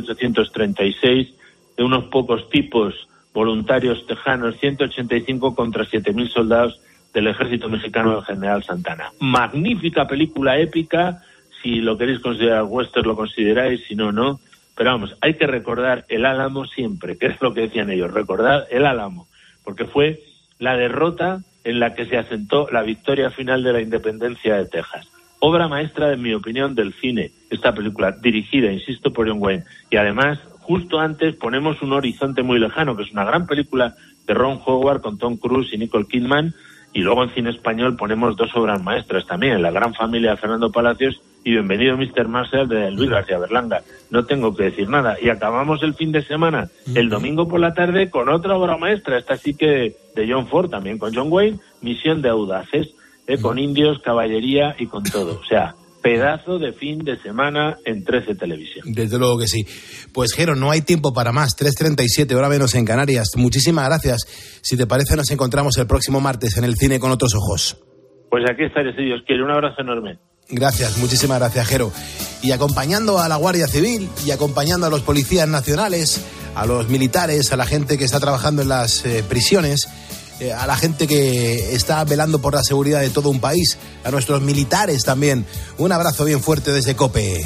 1836, de unos pocos tipos voluntarios tejanos, 185 contra 7.000 soldados del ejército mexicano del general Santana. Magnífica película épica, si lo queréis considerar western lo consideráis, si no, no. Pero vamos, hay que recordar El Álamo siempre, que es lo que decían ellos, recordar El Álamo, porque fue la derrota en la que se asentó la victoria final de la independencia de Texas. Obra maestra, en mi opinión, del cine, esta película, dirigida, insisto, por John Wayne. Y además, justo antes ponemos Un horizonte muy lejano, que es una gran película de Ron Howard con Tom Cruise y Nicole Kidman. Y luego en cine español ponemos dos obras maestras también, La gran familia de Fernando Palacios y Bienvenido Mr. Marshall de Luis García Berlanga. No tengo que decir nada. Y acabamos el fin de semana, el domingo por la tarde, con otra obra maestra, esta sí que de John Ford, también con John Wayne, Misión de Audaces, con indios, caballería y con todo. O sea, pedazo de fin de semana en 13 Televisión. Desde luego que sí. Pues, Jero, no hay tiempo para más. 3:37, hora menos en Canarias. Muchísimas gracias. Si te parece, nos encontramos el próximo martes en el Cine con Otros Ojos. Pues aquí estaré, si Dios quiere. Un abrazo enorme. Gracias, muchísimas gracias, Jero. Y acompañando a la Guardia Civil y acompañando a los policías nacionales, a los militares, a la gente que está trabajando en las prisiones, a la gente que está velando por la seguridad de todo un país, a nuestros militares también. Un abrazo bien fuerte desde COPE.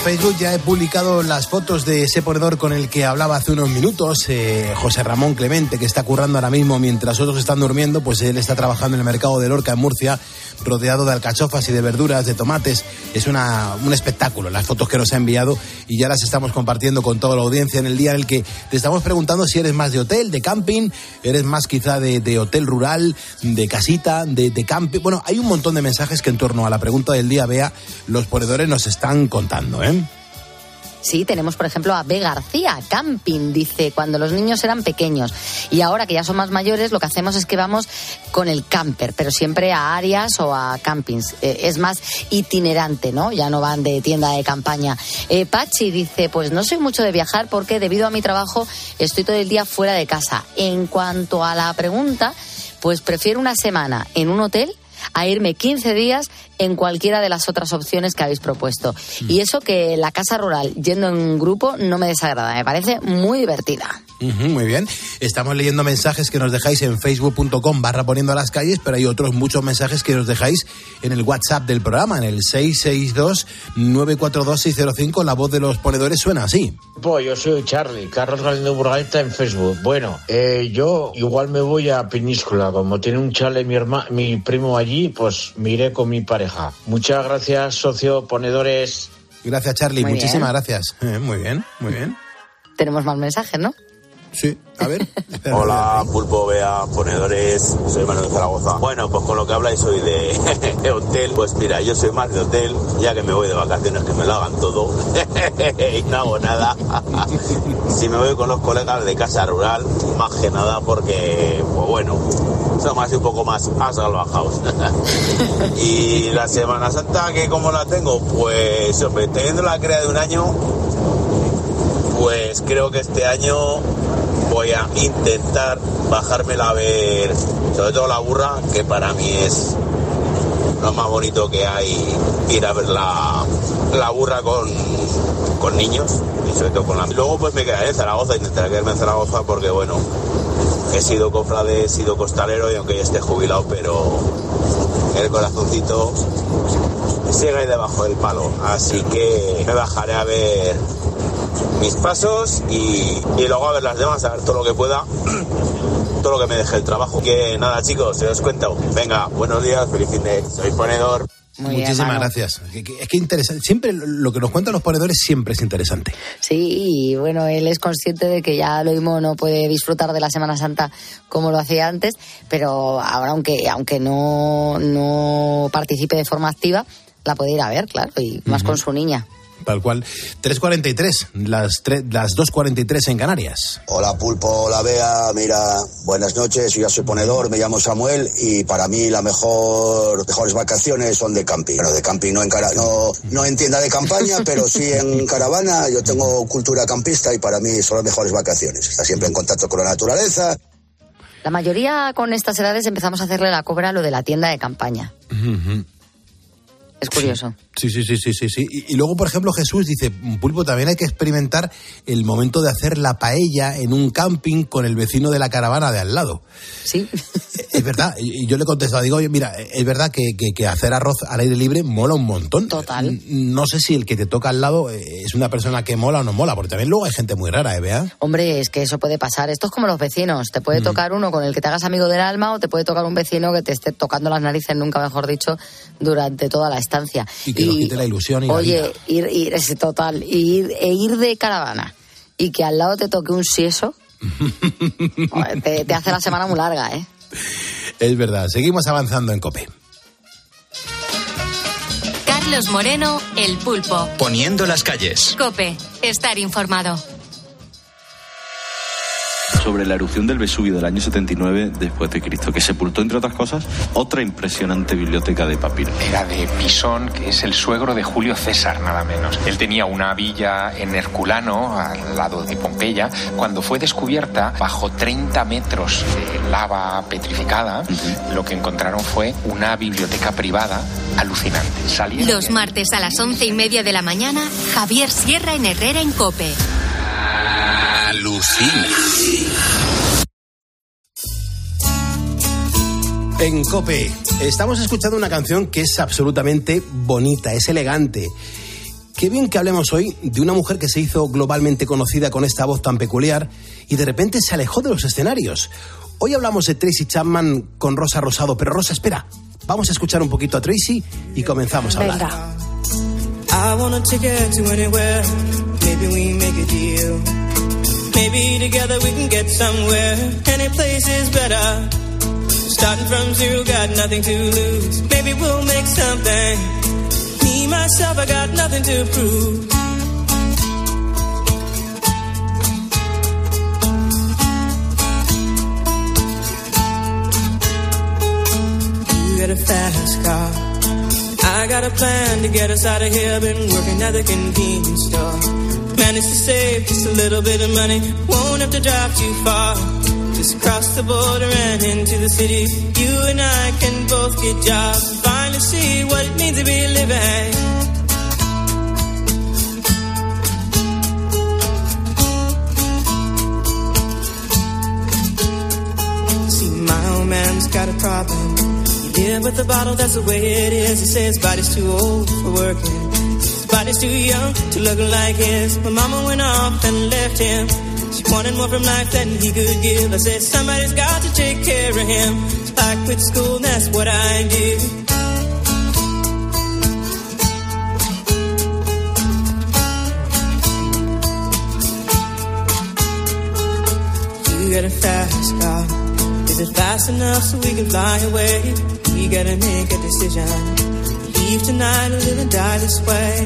Facebook ya he publicado las fotos de ese ponedor con el que hablaba hace unos minutos, José Ramón Clemente, que está currando ahora mismo mientras otros están durmiendo. Pues él está trabajando en el mercado de Lorca, en Murcia, rodeado de alcachofas y de verduras, de tomates. Es un espectáculo las fotos que nos ha enviado, y ya las estamos compartiendo con toda la audiencia en el día en el que te estamos preguntando si eres más de hotel, de camping, eres más quizá de hotel rural, de casita, de camping. Bueno, hay un montón de mensajes que en torno a la pregunta del día, Bea, los ponedores nos están contando, ¿eh? Sí, tenemos por ejemplo a B. García, camping, dice, cuando los niños eran pequeños, y ahora que ya son más mayores lo que hacemos es que vamos con el camper, pero siempre a áreas o a campings, es más itinerante, ¿no? Ya no van de tienda de campaña. Pachi dice, pues no soy mucho de viajar porque debido a mi trabajo estoy todo el día fuera de casa. En cuanto a la pregunta, pues prefiero una semana en un hotel a irme 15 días en cualquiera de las otras opciones que habéis propuesto. Y eso que la casa rural, yendo en grupo, no me desagrada, me parece muy divertida. Muy bien. Estamos leyendo mensajes que nos dejáis en facebook.com/poniendo las calles, pero hay otros muchos mensajes que nos dejáis en el WhatsApp del programa, en el 662-942-605. La voz de los ponedores suena así. Pues yo soy Charlie, Carlos Galindo Burgaeta en Facebook. Bueno, yo igual me voy a Peñíscola, como tiene un chale mi primo allí, pues me iré con mi pareja. Muchas gracias, socio ponedores. Gracias, Charlie, Muy muchísimas bien. gracias. Muy bien, muy bien. Tenemos más mensajes, ¿no? Sí, a ver. Hola, Pulpo, Bea, ponedores, soy Manuel de Zaragoza. Bueno, pues con lo que habláis hoy de hotel, pues mira, yo soy más de hotel, ya que me voy de vacaciones que me lo hagan todo y no hago nada. Si me voy con los colegas de casa rural, más que nada porque, pues bueno, somos así un poco más salvajados. Y la Semana Santa, que como la tengo, pues hombre, teniendo la cría de un año, pues creo que este año voy a intentar bajármela a ver, sobre todo la burra, que para mí es lo más bonito que hay, ir a ver la burra con niños, y sobre todo con la... Luego pues me quedaré en Zaragoza, intentaré quedarme en Zaragoza porque bueno, he sido cofrade, he sido costalero, y aunque ya esté jubilado, pero el corazoncito sigue ahí debajo del palo, así que me bajaré a ver mis pasos y luego a ver las demás, a ver todo lo que pueda, todo lo que me deje el trabajo. Que nada, chicos, se os cuento. Venga, buenos días, feliz fin de... Soy ponedor. Muchísimas gracias. Es que interesante. Siempre lo que nos cuentan los ponedores siempre es interesante. Sí, y bueno, él es consciente de que ya lo mismo no puede disfrutar de la Semana Santa como lo hacía antes, pero ahora aunque no participe de forma activa, la puede ir a ver, claro, y más con su niña. Tal cual. 3:43, las 2:43 en Canarias. Hola Pulpo, hola Bea, mira, buenas noches, yo ya soy ponedor, me llamo Samuel y para mí las mejores vacaciones son de camping. Bueno, de camping no en tienda de campaña, pero sí en caravana. Yo tengo cultura campista y para mí son las mejores vacaciones. Está siempre en contacto con la naturaleza. La mayoría con estas edades empezamos a hacerle la cobra a lo de la tienda de campaña. Es curioso. Sí. Y luego, por ejemplo, Jesús dice, Pulpo, también hay que experimentar el momento de hacer la paella en un camping con el vecino de la caravana de al lado. Sí. Es verdad. Y yo le he contestado, digo, oye, mira, es verdad que hacer arroz al aire libre mola un montón. Total. No sé si el que te toca al lado es una persona que mola o no mola, porque también luego hay gente muy rara, Bea? Hombre, es que eso puede pasar. Esto es como los vecinos. Te puede tocar uno con el que te hagas amigo del alma, o te puede tocar un vecino que te esté tocando las narices, nunca mejor dicho, durante toda la estancia. Y que nos quite la ilusión y oye, la vida. ir es total, ir de caravana y que al lado te toque un sieso, te hace la semana muy larga, ¿eh? Es verdad. Seguimos avanzando en COPE. Carlos Moreno, El Pulpo. Poniendo las calles. COPE, estar informado. Sobre la erupción del Vesubio del año 79 después de Cristo, que sepultó, entre otras cosas, otra impresionante biblioteca de papiro. Era de Pisón, que es el suegro de Julio César, nada menos. Él tenía una villa en Herculano, al lado de Pompeya. Cuando fue descubierta, bajo 30 metros de lava petrificada, lo que encontraron fue una biblioteca privada alucinante. Los martes a las 11:30 de la mañana, Javier Sierra en Herrera en COPE. Alucina. En COPE estamos escuchando una canción que es absolutamente bonita, es elegante, Qué bien que hablemos hoy de una mujer que se hizo globalmente conocida con esta voz tan peculiar y de repente se alejó de los escenarios. Hoy hablamos de Tracy Chapman con Rosa Rosado, pero Rosa, espera, vamos a escuchar un poquito a Tracy y comenzamos a hablar. Venga. I want a ticket to anywhere, maybe we make a deal. Maybe together we can get somewhere, any place is better. Starting from zero, got nothing to lose, maybe we'll make something. Me, myself, I got nothing to prove. You got a fast car, I got a plan to get us out of here. Been working at the convenience store, managed to save just a little bit of money. Won't have to drive too far, just cross the border and into the city. You and I can both get jobs and finally see what it means to be living. See, my old man's got a problem. Yeah, with the bottle, that's the way it is. He says his body's too old for working, his body's too young to look like his. My mama went off and left him, she wanted more from life than he could give. I said, somebody's got to take care of him, so I quit school and that's what I did. You got a fast car, is it fast enough so we can fly away? We gotta make a decision, leave tonight or live and die this way.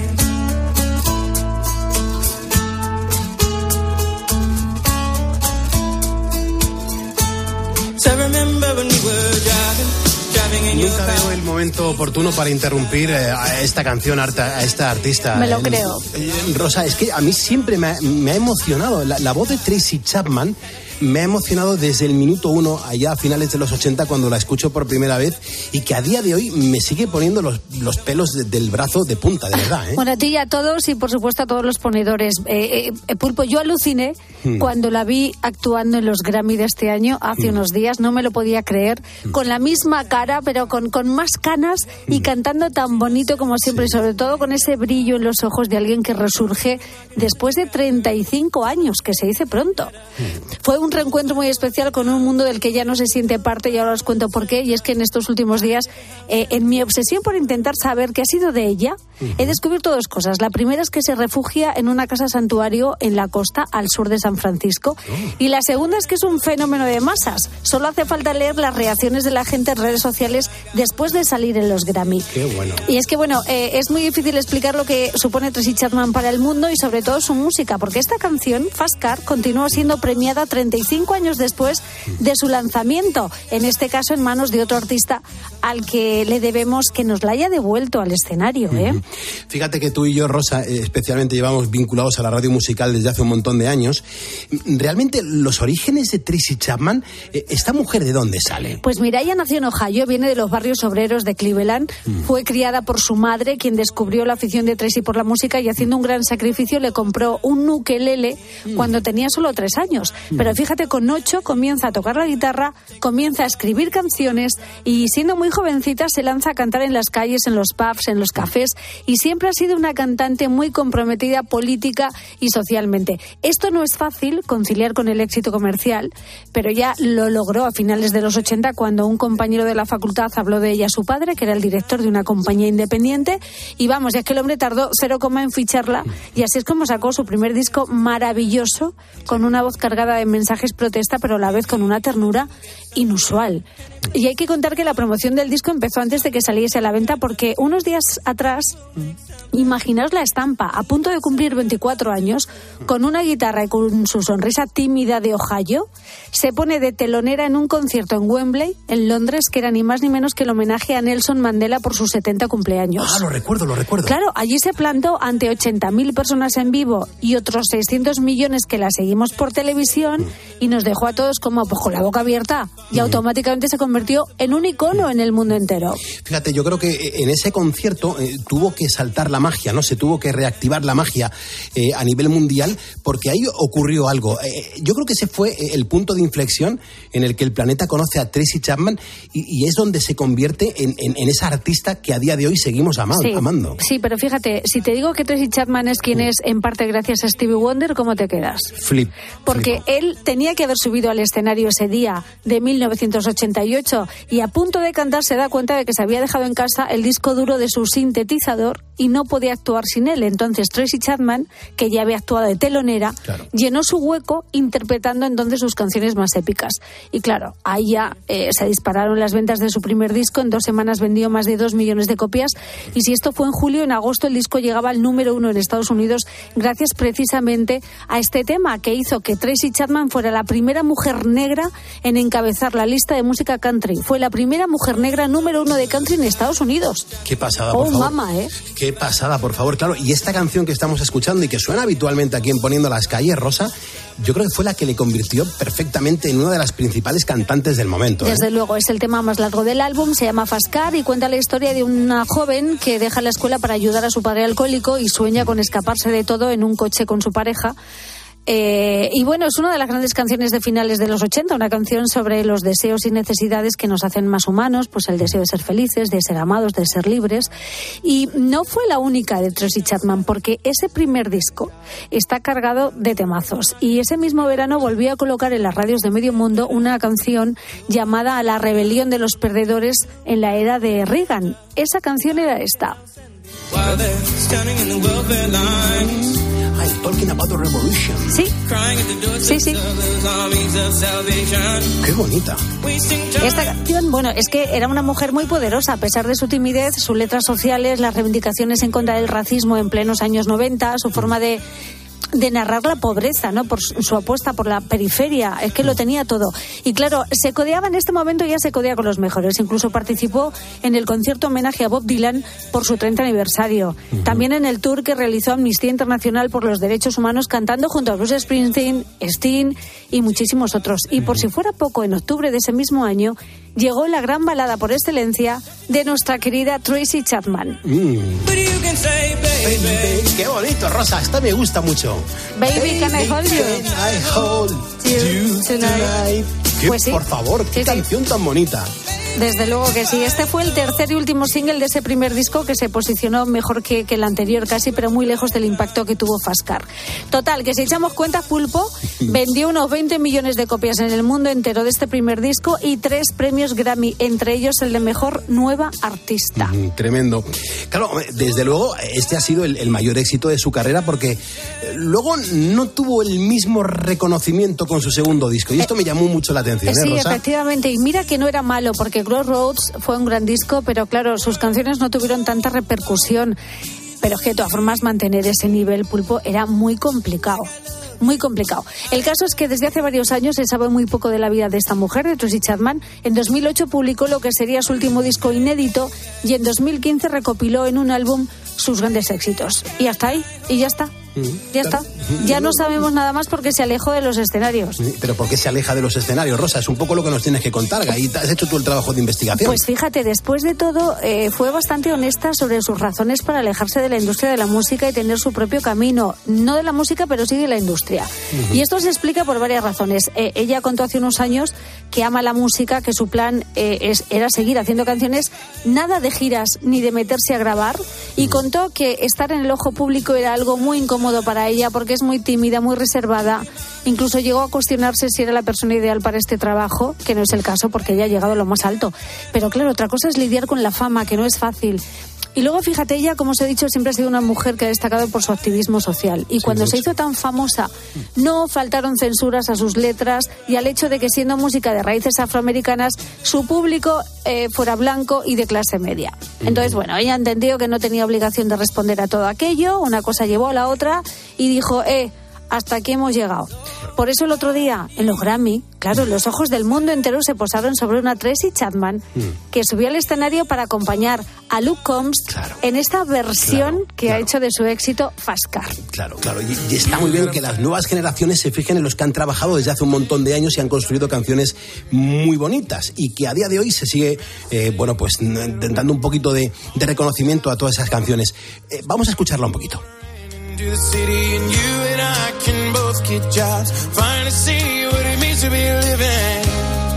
So I remember when we were driving in your Nunca car. veo el momento oportuno para interrumpir a esta canción, a esta artista. Me lo creo. Rosa, es que a mí siempre me ha emocionado. La voz de Tracy Chapman me ha emocionado desde el minuto 1, allá a finales de los 80, cuando la escucho por primera vez, y que a día de hoy me sigue poniendo los pelos del brazo de punta, de verdad. Bueno, a ti y a todos, y por supuesto a todos los ponedores. Pulpo, yo aluciné cuando la vi actuando en los Grammy de este año, hace unos días, no me lo podía creer, con la misma cara, pero con más canas, y cantando tan bonito como siempre, y sobre todo con ese brillo en los ojos de alguien que resurge después de 35 años, que se dice pronto. Fue un reencuentro muy especial con un mundo del que ya no se siente parte, y ahora os cuento por qué. Y es que en estos últimos días, en mi obsesión por intentar saber qué ha sido de ella, he descubierto dos cosas. La primera es que se refugia en una casa santuario en la costa al sur de San Francisco, y la segunda es que es un fenómeno de masas. Solo hace falta leer las reacciones de la gente en redes sociales después de salir en los Grammy. Qué bueno. Y es que, bueno, es muy difícil explicar lo que supone Tracy Chapman para el mundo, y sobre todo su música, porque esta canción, Fast Car, continúa siendo premiada 35 años después de su lanzamiento, en este caso en manos de otro artista al que le debemos que nos la haya devuelto al escenario. Fíjate que tú y yo, Rosa, especialmente llevamos vinculados a la radio musical desde hace un montón de años. Realmente, los orígenes de Tracy Chapman, ¿esta mujer de dónde sale? Pues mira, ella nació en Ohio, viene de los barrios obreros de Cleveland, fue criada por su madre, quien descubrió la afición de Tracy por la música, y haciendo un gran sacrificio le compró un ukelele cuando tenía solo 3 años. Pero fíjate, con 8 comienza a tocar la guitarra, comienza a escribir canciones, y siendo muy jovencita se lanza a cantar en las calles, en los pubs, en los cafés, y siempre ha sido una cantante muy comprometida política y socialmente. Esto no es fácil conciliar con el éxito comercial, pero ya lo logró a finales de los 80, cuando un compañero de la facultad habló de ella a su padre, que era el director de una compañía independiente, y vamos, ya es que el hombre tardó 0, en ficharla, y así es como sacó su primer disco maravilloso, con una voz cargada de mensajes protesta, pero a la vez con una ternura inusual. Y hay que contar que la promoción del disco empezó antes de que saliese a la venta, porque unos días atrás, imaginaos la estampa, a punto de cumplir 24 años, con una guitarra y con su sonrisa tímida de Ohio, se pone de telonera en un concierto en Wembley, en Londres, que era ni más ni menos que el homenaje a Nelson Mandela por sus 70 cumpleaños. Ah, lo recuerdo. Claro, allí se plantó ante 80.000 personas en vivo y otros 600 millones que la seguimos por televisión, y nos dejó a todos como pues, con la boca abierta, y automáticamente se convirtió convirtió en un icono en el mundo entero. Fíjate, yo creo que en ese concierto tuvo que saltar la magia, ¿no? Se tuvo que reactivar la magia a nivel mundial, porque ahí ocurrió algo. Yo creo que ese fue el punto de inflexión en el que el planeta conoce a Tracy Chapman y es donde se convierte en esa artista que a día de hoy seguimos amando. Sí, pero fíjate, si te digo que Tracy Chapman es quien es en parte gracias a Stevie Wonder, ¿cómo te quedas? Porque él tenía que haber subido al escenario ese día de 1988 y a punto de cantar se da cuenta de que se había dejado en casa el disco duro de su sintetizador y no podía actuar sin él. Entonces Tracy Chapman, que ya había actuado de telonera, llenó su hueco interpretando entonces sus canciones más épicas. Y claro, ahí ya se dispararon las ventas de su primer disco. En 2 semanas vendió más de 2 millones de copias. Y si esto fue en julio, en agosto el disco llegaba al número 1 en Estados Unidos gracias precisamente a este tema que hizo que Tracy Chapman fuera la primera mujer negra en encabezar la lista de música country. Fue la primera mujer negra número 1 de country en Estados Unidos. Qué pasada, por favor. Mamá, Qué pasada, por favor. Claro, y esta canción que estamos escuchando y que suena habitualmente aquí en Poniendo las Calles, Rosa, yo creo que fue la que le convirtió perfectamente en una de las principales cantantes del momento. Desde luego, es el tema más largo del álbum, se llama Fast Car y cuenta la historia de una joven que deja la escuela para ayudar a su padre alcohólico y sueña con escaparse de todo en un coche con su pareja. Y bueno, es una de las grandes canciones de finales de los 80, una canción sobre los deseos y necesidades que nos hacen más humanos, pues el deseo de ser felices, de ser amados, de ser libres. Y no fue la única de Tracy Chapman, porque ese primer disco está cargado de temazos. Y ese mismo verano volvió a colocar en las radios de medio mundo una canción llamada La rebelión de los perdedores en la era de Reagan. Esa canción era esta. Talking about the revolution. Sí. Qué bonita. Esta canción, bueno, es que era una mujer muy poderosa, a pesar de su timidez, sus letras sociales, las reivindicaciones en contra del racismo en plenos años 90, su forma de narrar la pobreza, ¿no? Por su apuesta por la periferia, es que lo tenía todo. Y claro, se codeaba en este momento, ya se codea con los mejores. Incluso participó en el concierto homenaje a Bob Dylan por su 30 aniversario. También en el tour que realizó Amnistía Internacional por los Derechos Humanos, cantando junto a Bruce Springsteen, Sting y muchísimos otros. Y por si fuera poco, en octubre de ese mismo año llegó la gran balada por excelencia de nuestra querida Tracy Chapman. Qué bonito, Rosa, esta me gusta mucho. Baby, can I hold you? Can I hold you tonight? Pues sí. Por favor, qué canción tan bonita. Desde luego que sí. Este fue el tercer y último single de ese primer disco, que se posicionó mejor que el anterior casi, pero muy lejos del impacto que tuvo Fast Car. Total, que si echamos cuenta, Pulpo vendió unos 20 millones de copias en el mundo entero de este primer disco y 3 premios Grammy, entre ellos el de Mejor Nueva Artista. Tremendo. Claro, desde luego este ha sido el mayor éxito de su carrera, porque luego no tuvo el mismo reconocimiento con su segundo disco, y esto me llamó mucho la atención, sí, Rosa? Efectivamente, y mira que no era malo, porque Crossroads fue un gran disco, pero claro, sus canciones no tuvieron tanta repercusión. Pero es que de todas formas mantener ese nivel, Pulpo, era muy complicado. Muy complicado. El caso es que desde hace varios años se sabe muy poco de la vida de esta mujer, de Tracy Chapman. En 2008 publicó lo que sería su último disco inédito y en 2015 recopiló en un álbum sus grandes éxitos. Y hasta ahí, y ya está. Ya está. Ya no sabemos nada más porque se alejó de los escenarios. ¿Pero por qué se aleja de los escenarios, Rosa? Es un poco lo que nos tienes que contar. Ahí has hecho tú el trabajo de investigación. Pues fíjate, después de todo, fue bastante honesta sobre sus razones para alejarse de la industria de la música y tener su propio camino. No de la música, pero sí de la industria. Y esto se explica por varias razones. Ella contó hace unos años que ama la música, que su plan era seguir haciendo canciones, nada de giras ni de meterse a grabar. Y contó que estar en el ojo público era algo muy incómodo para ella porque es muy tímida, muy reservada. Incluso llegó a cuestionarse si era la persona ideal para este trabajo, que no es el caso porque ella ha llegado a lo más alto. Pero claro, otra cosa es lidiar con la fama, que no es fácil. Y luego, fíjate, ella, como os he dicho, siempre ha sido una mujer que ha destacado por su activismo social. Y cuando se hizo tan famosa, no faltaron censuras a sus letras y al hecho de que, siendo música de raíces afroamericanas, su público fuera blanco y de clase media. Entonces, bueno, ella ha entendido que no tenía obligación de responder a todo aquello, una cosa llevó a la otra y dijo, hasta aquí hemos llegado. Por eso el otro día, en los Grammy, claro, los ojos del mundo entero se posaron sobre una Tracy Chapman que subió al escenario para acompañar a Luke Combs en esta versión que ha hecho de su éxito Fast Car. Claro. Y está muy bien que las nuevas generaciones se fijen en los que han trabajado desde hace un montón de años y han construido canciones muy bonitas y que a día de hoy se sigue, dando un poquito de reconocimiento a todas esas canciones. Vamos a escucharla un poquito. To the city and you and I can both get jobs. Finally see what it means to be living.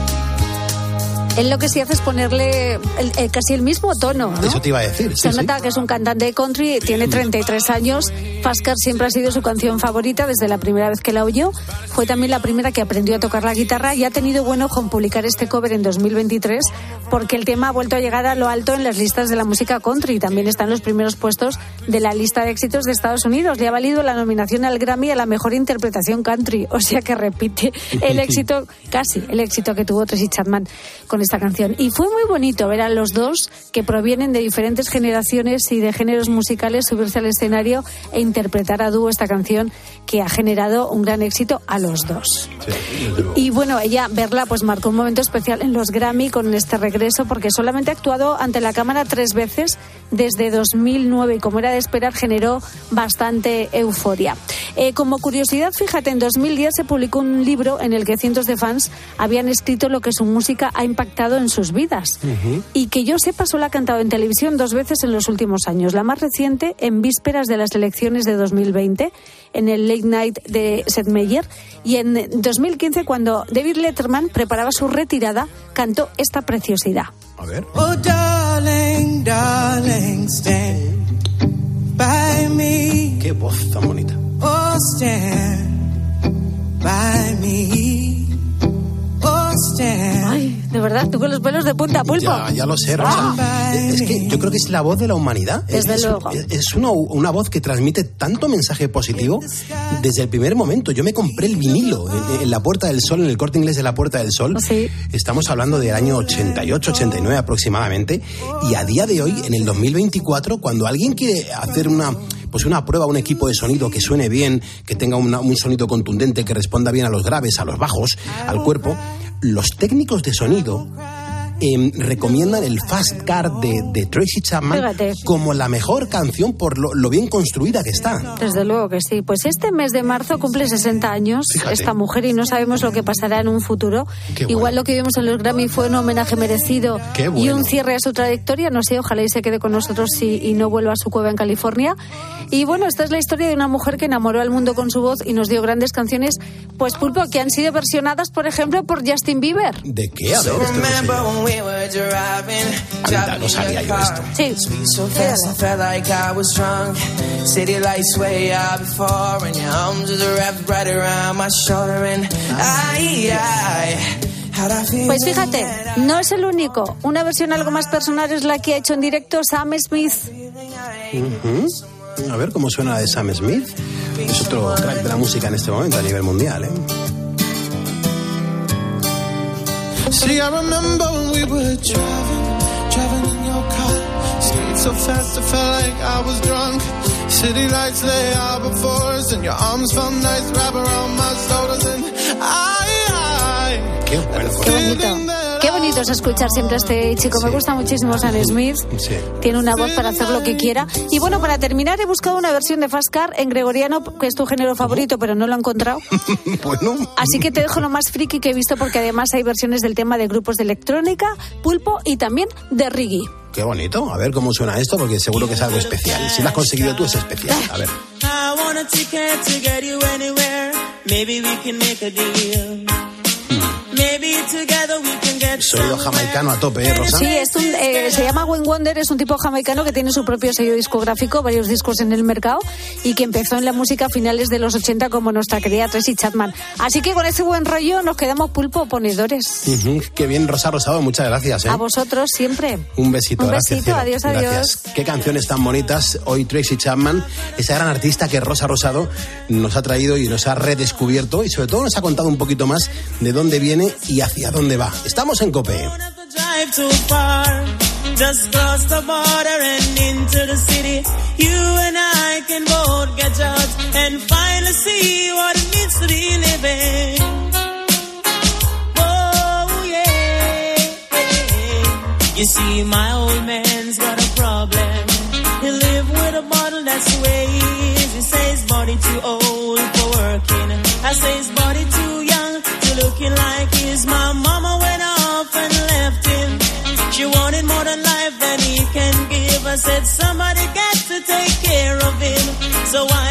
Él lo que sí hace es ponerle casi el mismo tono, ¿no? Eso te iba a decir. Se nota que es un cantante de country, tiene 33 años. Fast Car siempre ha sido su canción favorita desde la primera vez que la oyó. Fue también la primera que aprendió a tocar la guitarra y ha tenido buen ojo en publicar este cover en 2023 porque el tema ha vuelto a llegar a lo alto en las listas de la música country y también está en los primeros puestos de la lista de éxitos de Estados Unidos. Le ha valido la nominación al Grammy a la mejor interpretación country, o sea que repite el éxito que tuvo Tracy Chapman con esta canción. Y fue muy bonito ver a los dos que provienen de diferentes generaciones y de géneros musicales subirse al escenario e interpretar a dúo esta canción que ha generado un gran éxito a los dos. Y bueno, ella, verla, pues marcó un momento especial en los Grammy con este regreso porque solamente ha actuado ante la cámara 3 veces desde 2009 y como era de esperar generó bastante euforia. Como curiosidad, fíjate, en 2010 se publicó un libro en el que cientos de fans habían escrito lo que su música ha impactado en sus vidas. Y que yo sepa, solo ha cantado en televisión 2 veces en los últimos años. La más reciente en vísperas de las elecciones de 2020 en el Late Night de Seth Meyers, y en 2015 cuando David Letterman preparaba su retirada cantó esta preciosidad. A ver. Oh darling, darling, stand by me. Qué voz tan bonita. Oh stand by me. Oh stand. Ay, de verdad, tú con los pelos de punta, Pulpo. Ya lo sé, Rosa. Es que yo creo que es la voz de la humanidad. Desde luego. Es una voz que transmite tanto mensaje positivo desde el primer momento. Yo me compré el vinilo en la Puerta del Sol, en el Corte Inglés de la Puerta del Sol. Sí. Estamos hablando del año 88, 89 aproximadamente. Y a día de hoy, en el 2024, cuando alguien quiere hacer una prueba, un equipo de sonido que suene bien, que tenga un sonido contundente, que responda bien a los graves, a los bajos, al cuerpo, los técnicos de sonido recomiendan el Fast Car de Tracy Chapman. Fíjate. Como la mejor canción por lo bien construida que está. Desde luego que sí. Pues este mes de marzo cumple 60 años. Fíjate. Esta mujer y no sabemos lo que pasará en un futuro. Igual lo que vimos en los Grammy fue un homenaje merecido y un cierre a su trayectoria. No sé, ojalá y se quede con nosotros y no vuelva a su cueva en California. Y bueno, esta es la historia de una mujer que enamoró al mundo con su voz y nos dio grandes canciones, pues Pulpo, que han sido versionadas, por ejemplo, por Justin Bieber. ¿De qué? A ver, anda, no sabía yo esto. Sí. Pues fíjate, no es el único. Una versión algo más personal es la que ha hecho en directo Sam Smith. A ver cómo suena la de Sam Smith. Es otro crack de la música en este momento a nivel mundial, ¿eh? See, I remember when we were driving in your car. Speed so fast, I felt like I was drunk. City lights lay out before us, and your arms felt nice, wrap around my shoulders, and Qué bueno. Qué bonito es escuchar siempre a este chico. Me gusta muchísimo Sam Smith. Sí. Tiene una voz para hacer lo que quiera. Y bueno, para terminar he buscado una versión de Fast Car en gregoriano, que es tu género favorito, pero no lo he encontrado. Bueno. Así que te dejo lo más friki que he visto, porque además hay versiones del tema de grupos de electrónica, Pulpo, y también de reggae. Qué bonito. A ver cómo suena esto, porque seguro que es algo especial. Si lo has conseguido tú, es especial. A ver. Sonido jamaicano a tope, Rosa. Sí, se llama Wayne Wonder, es un tipo jamaicano que tiene su propio sello discográfico, varios discos en el mercado, y que empezó en la música a finales de los 80 como nuestra querida Tracy Chapman. Así que con ese buen rollo nos quedamos, Pulpo, ponedores. Qué bien, Rosa Rosado, muchas gracias. A vosotros siempre. Un besito, gracias. Un besito, gracias, adiós, gracias. Qué canciones tan bonitas hoy Tracy Chapman, esa gran artista que Rosa Rosado nos ha traído y nos ha redescubierto, y sobre todo nos ha contado un poquito más de dónde viene y hacia dónde va. Estamos en COPE. Just cross the border and into the city. You and I can both get jobs and finally see what it means to be living. Oh, yeah. You see, my old man's got a problem. He live with a bottle, that's the way he is. He says body too old for working. I say his body too young to looking like his. My mama went off and left him. She wanted more than life than he can give. I said somebody got to take care of him. So I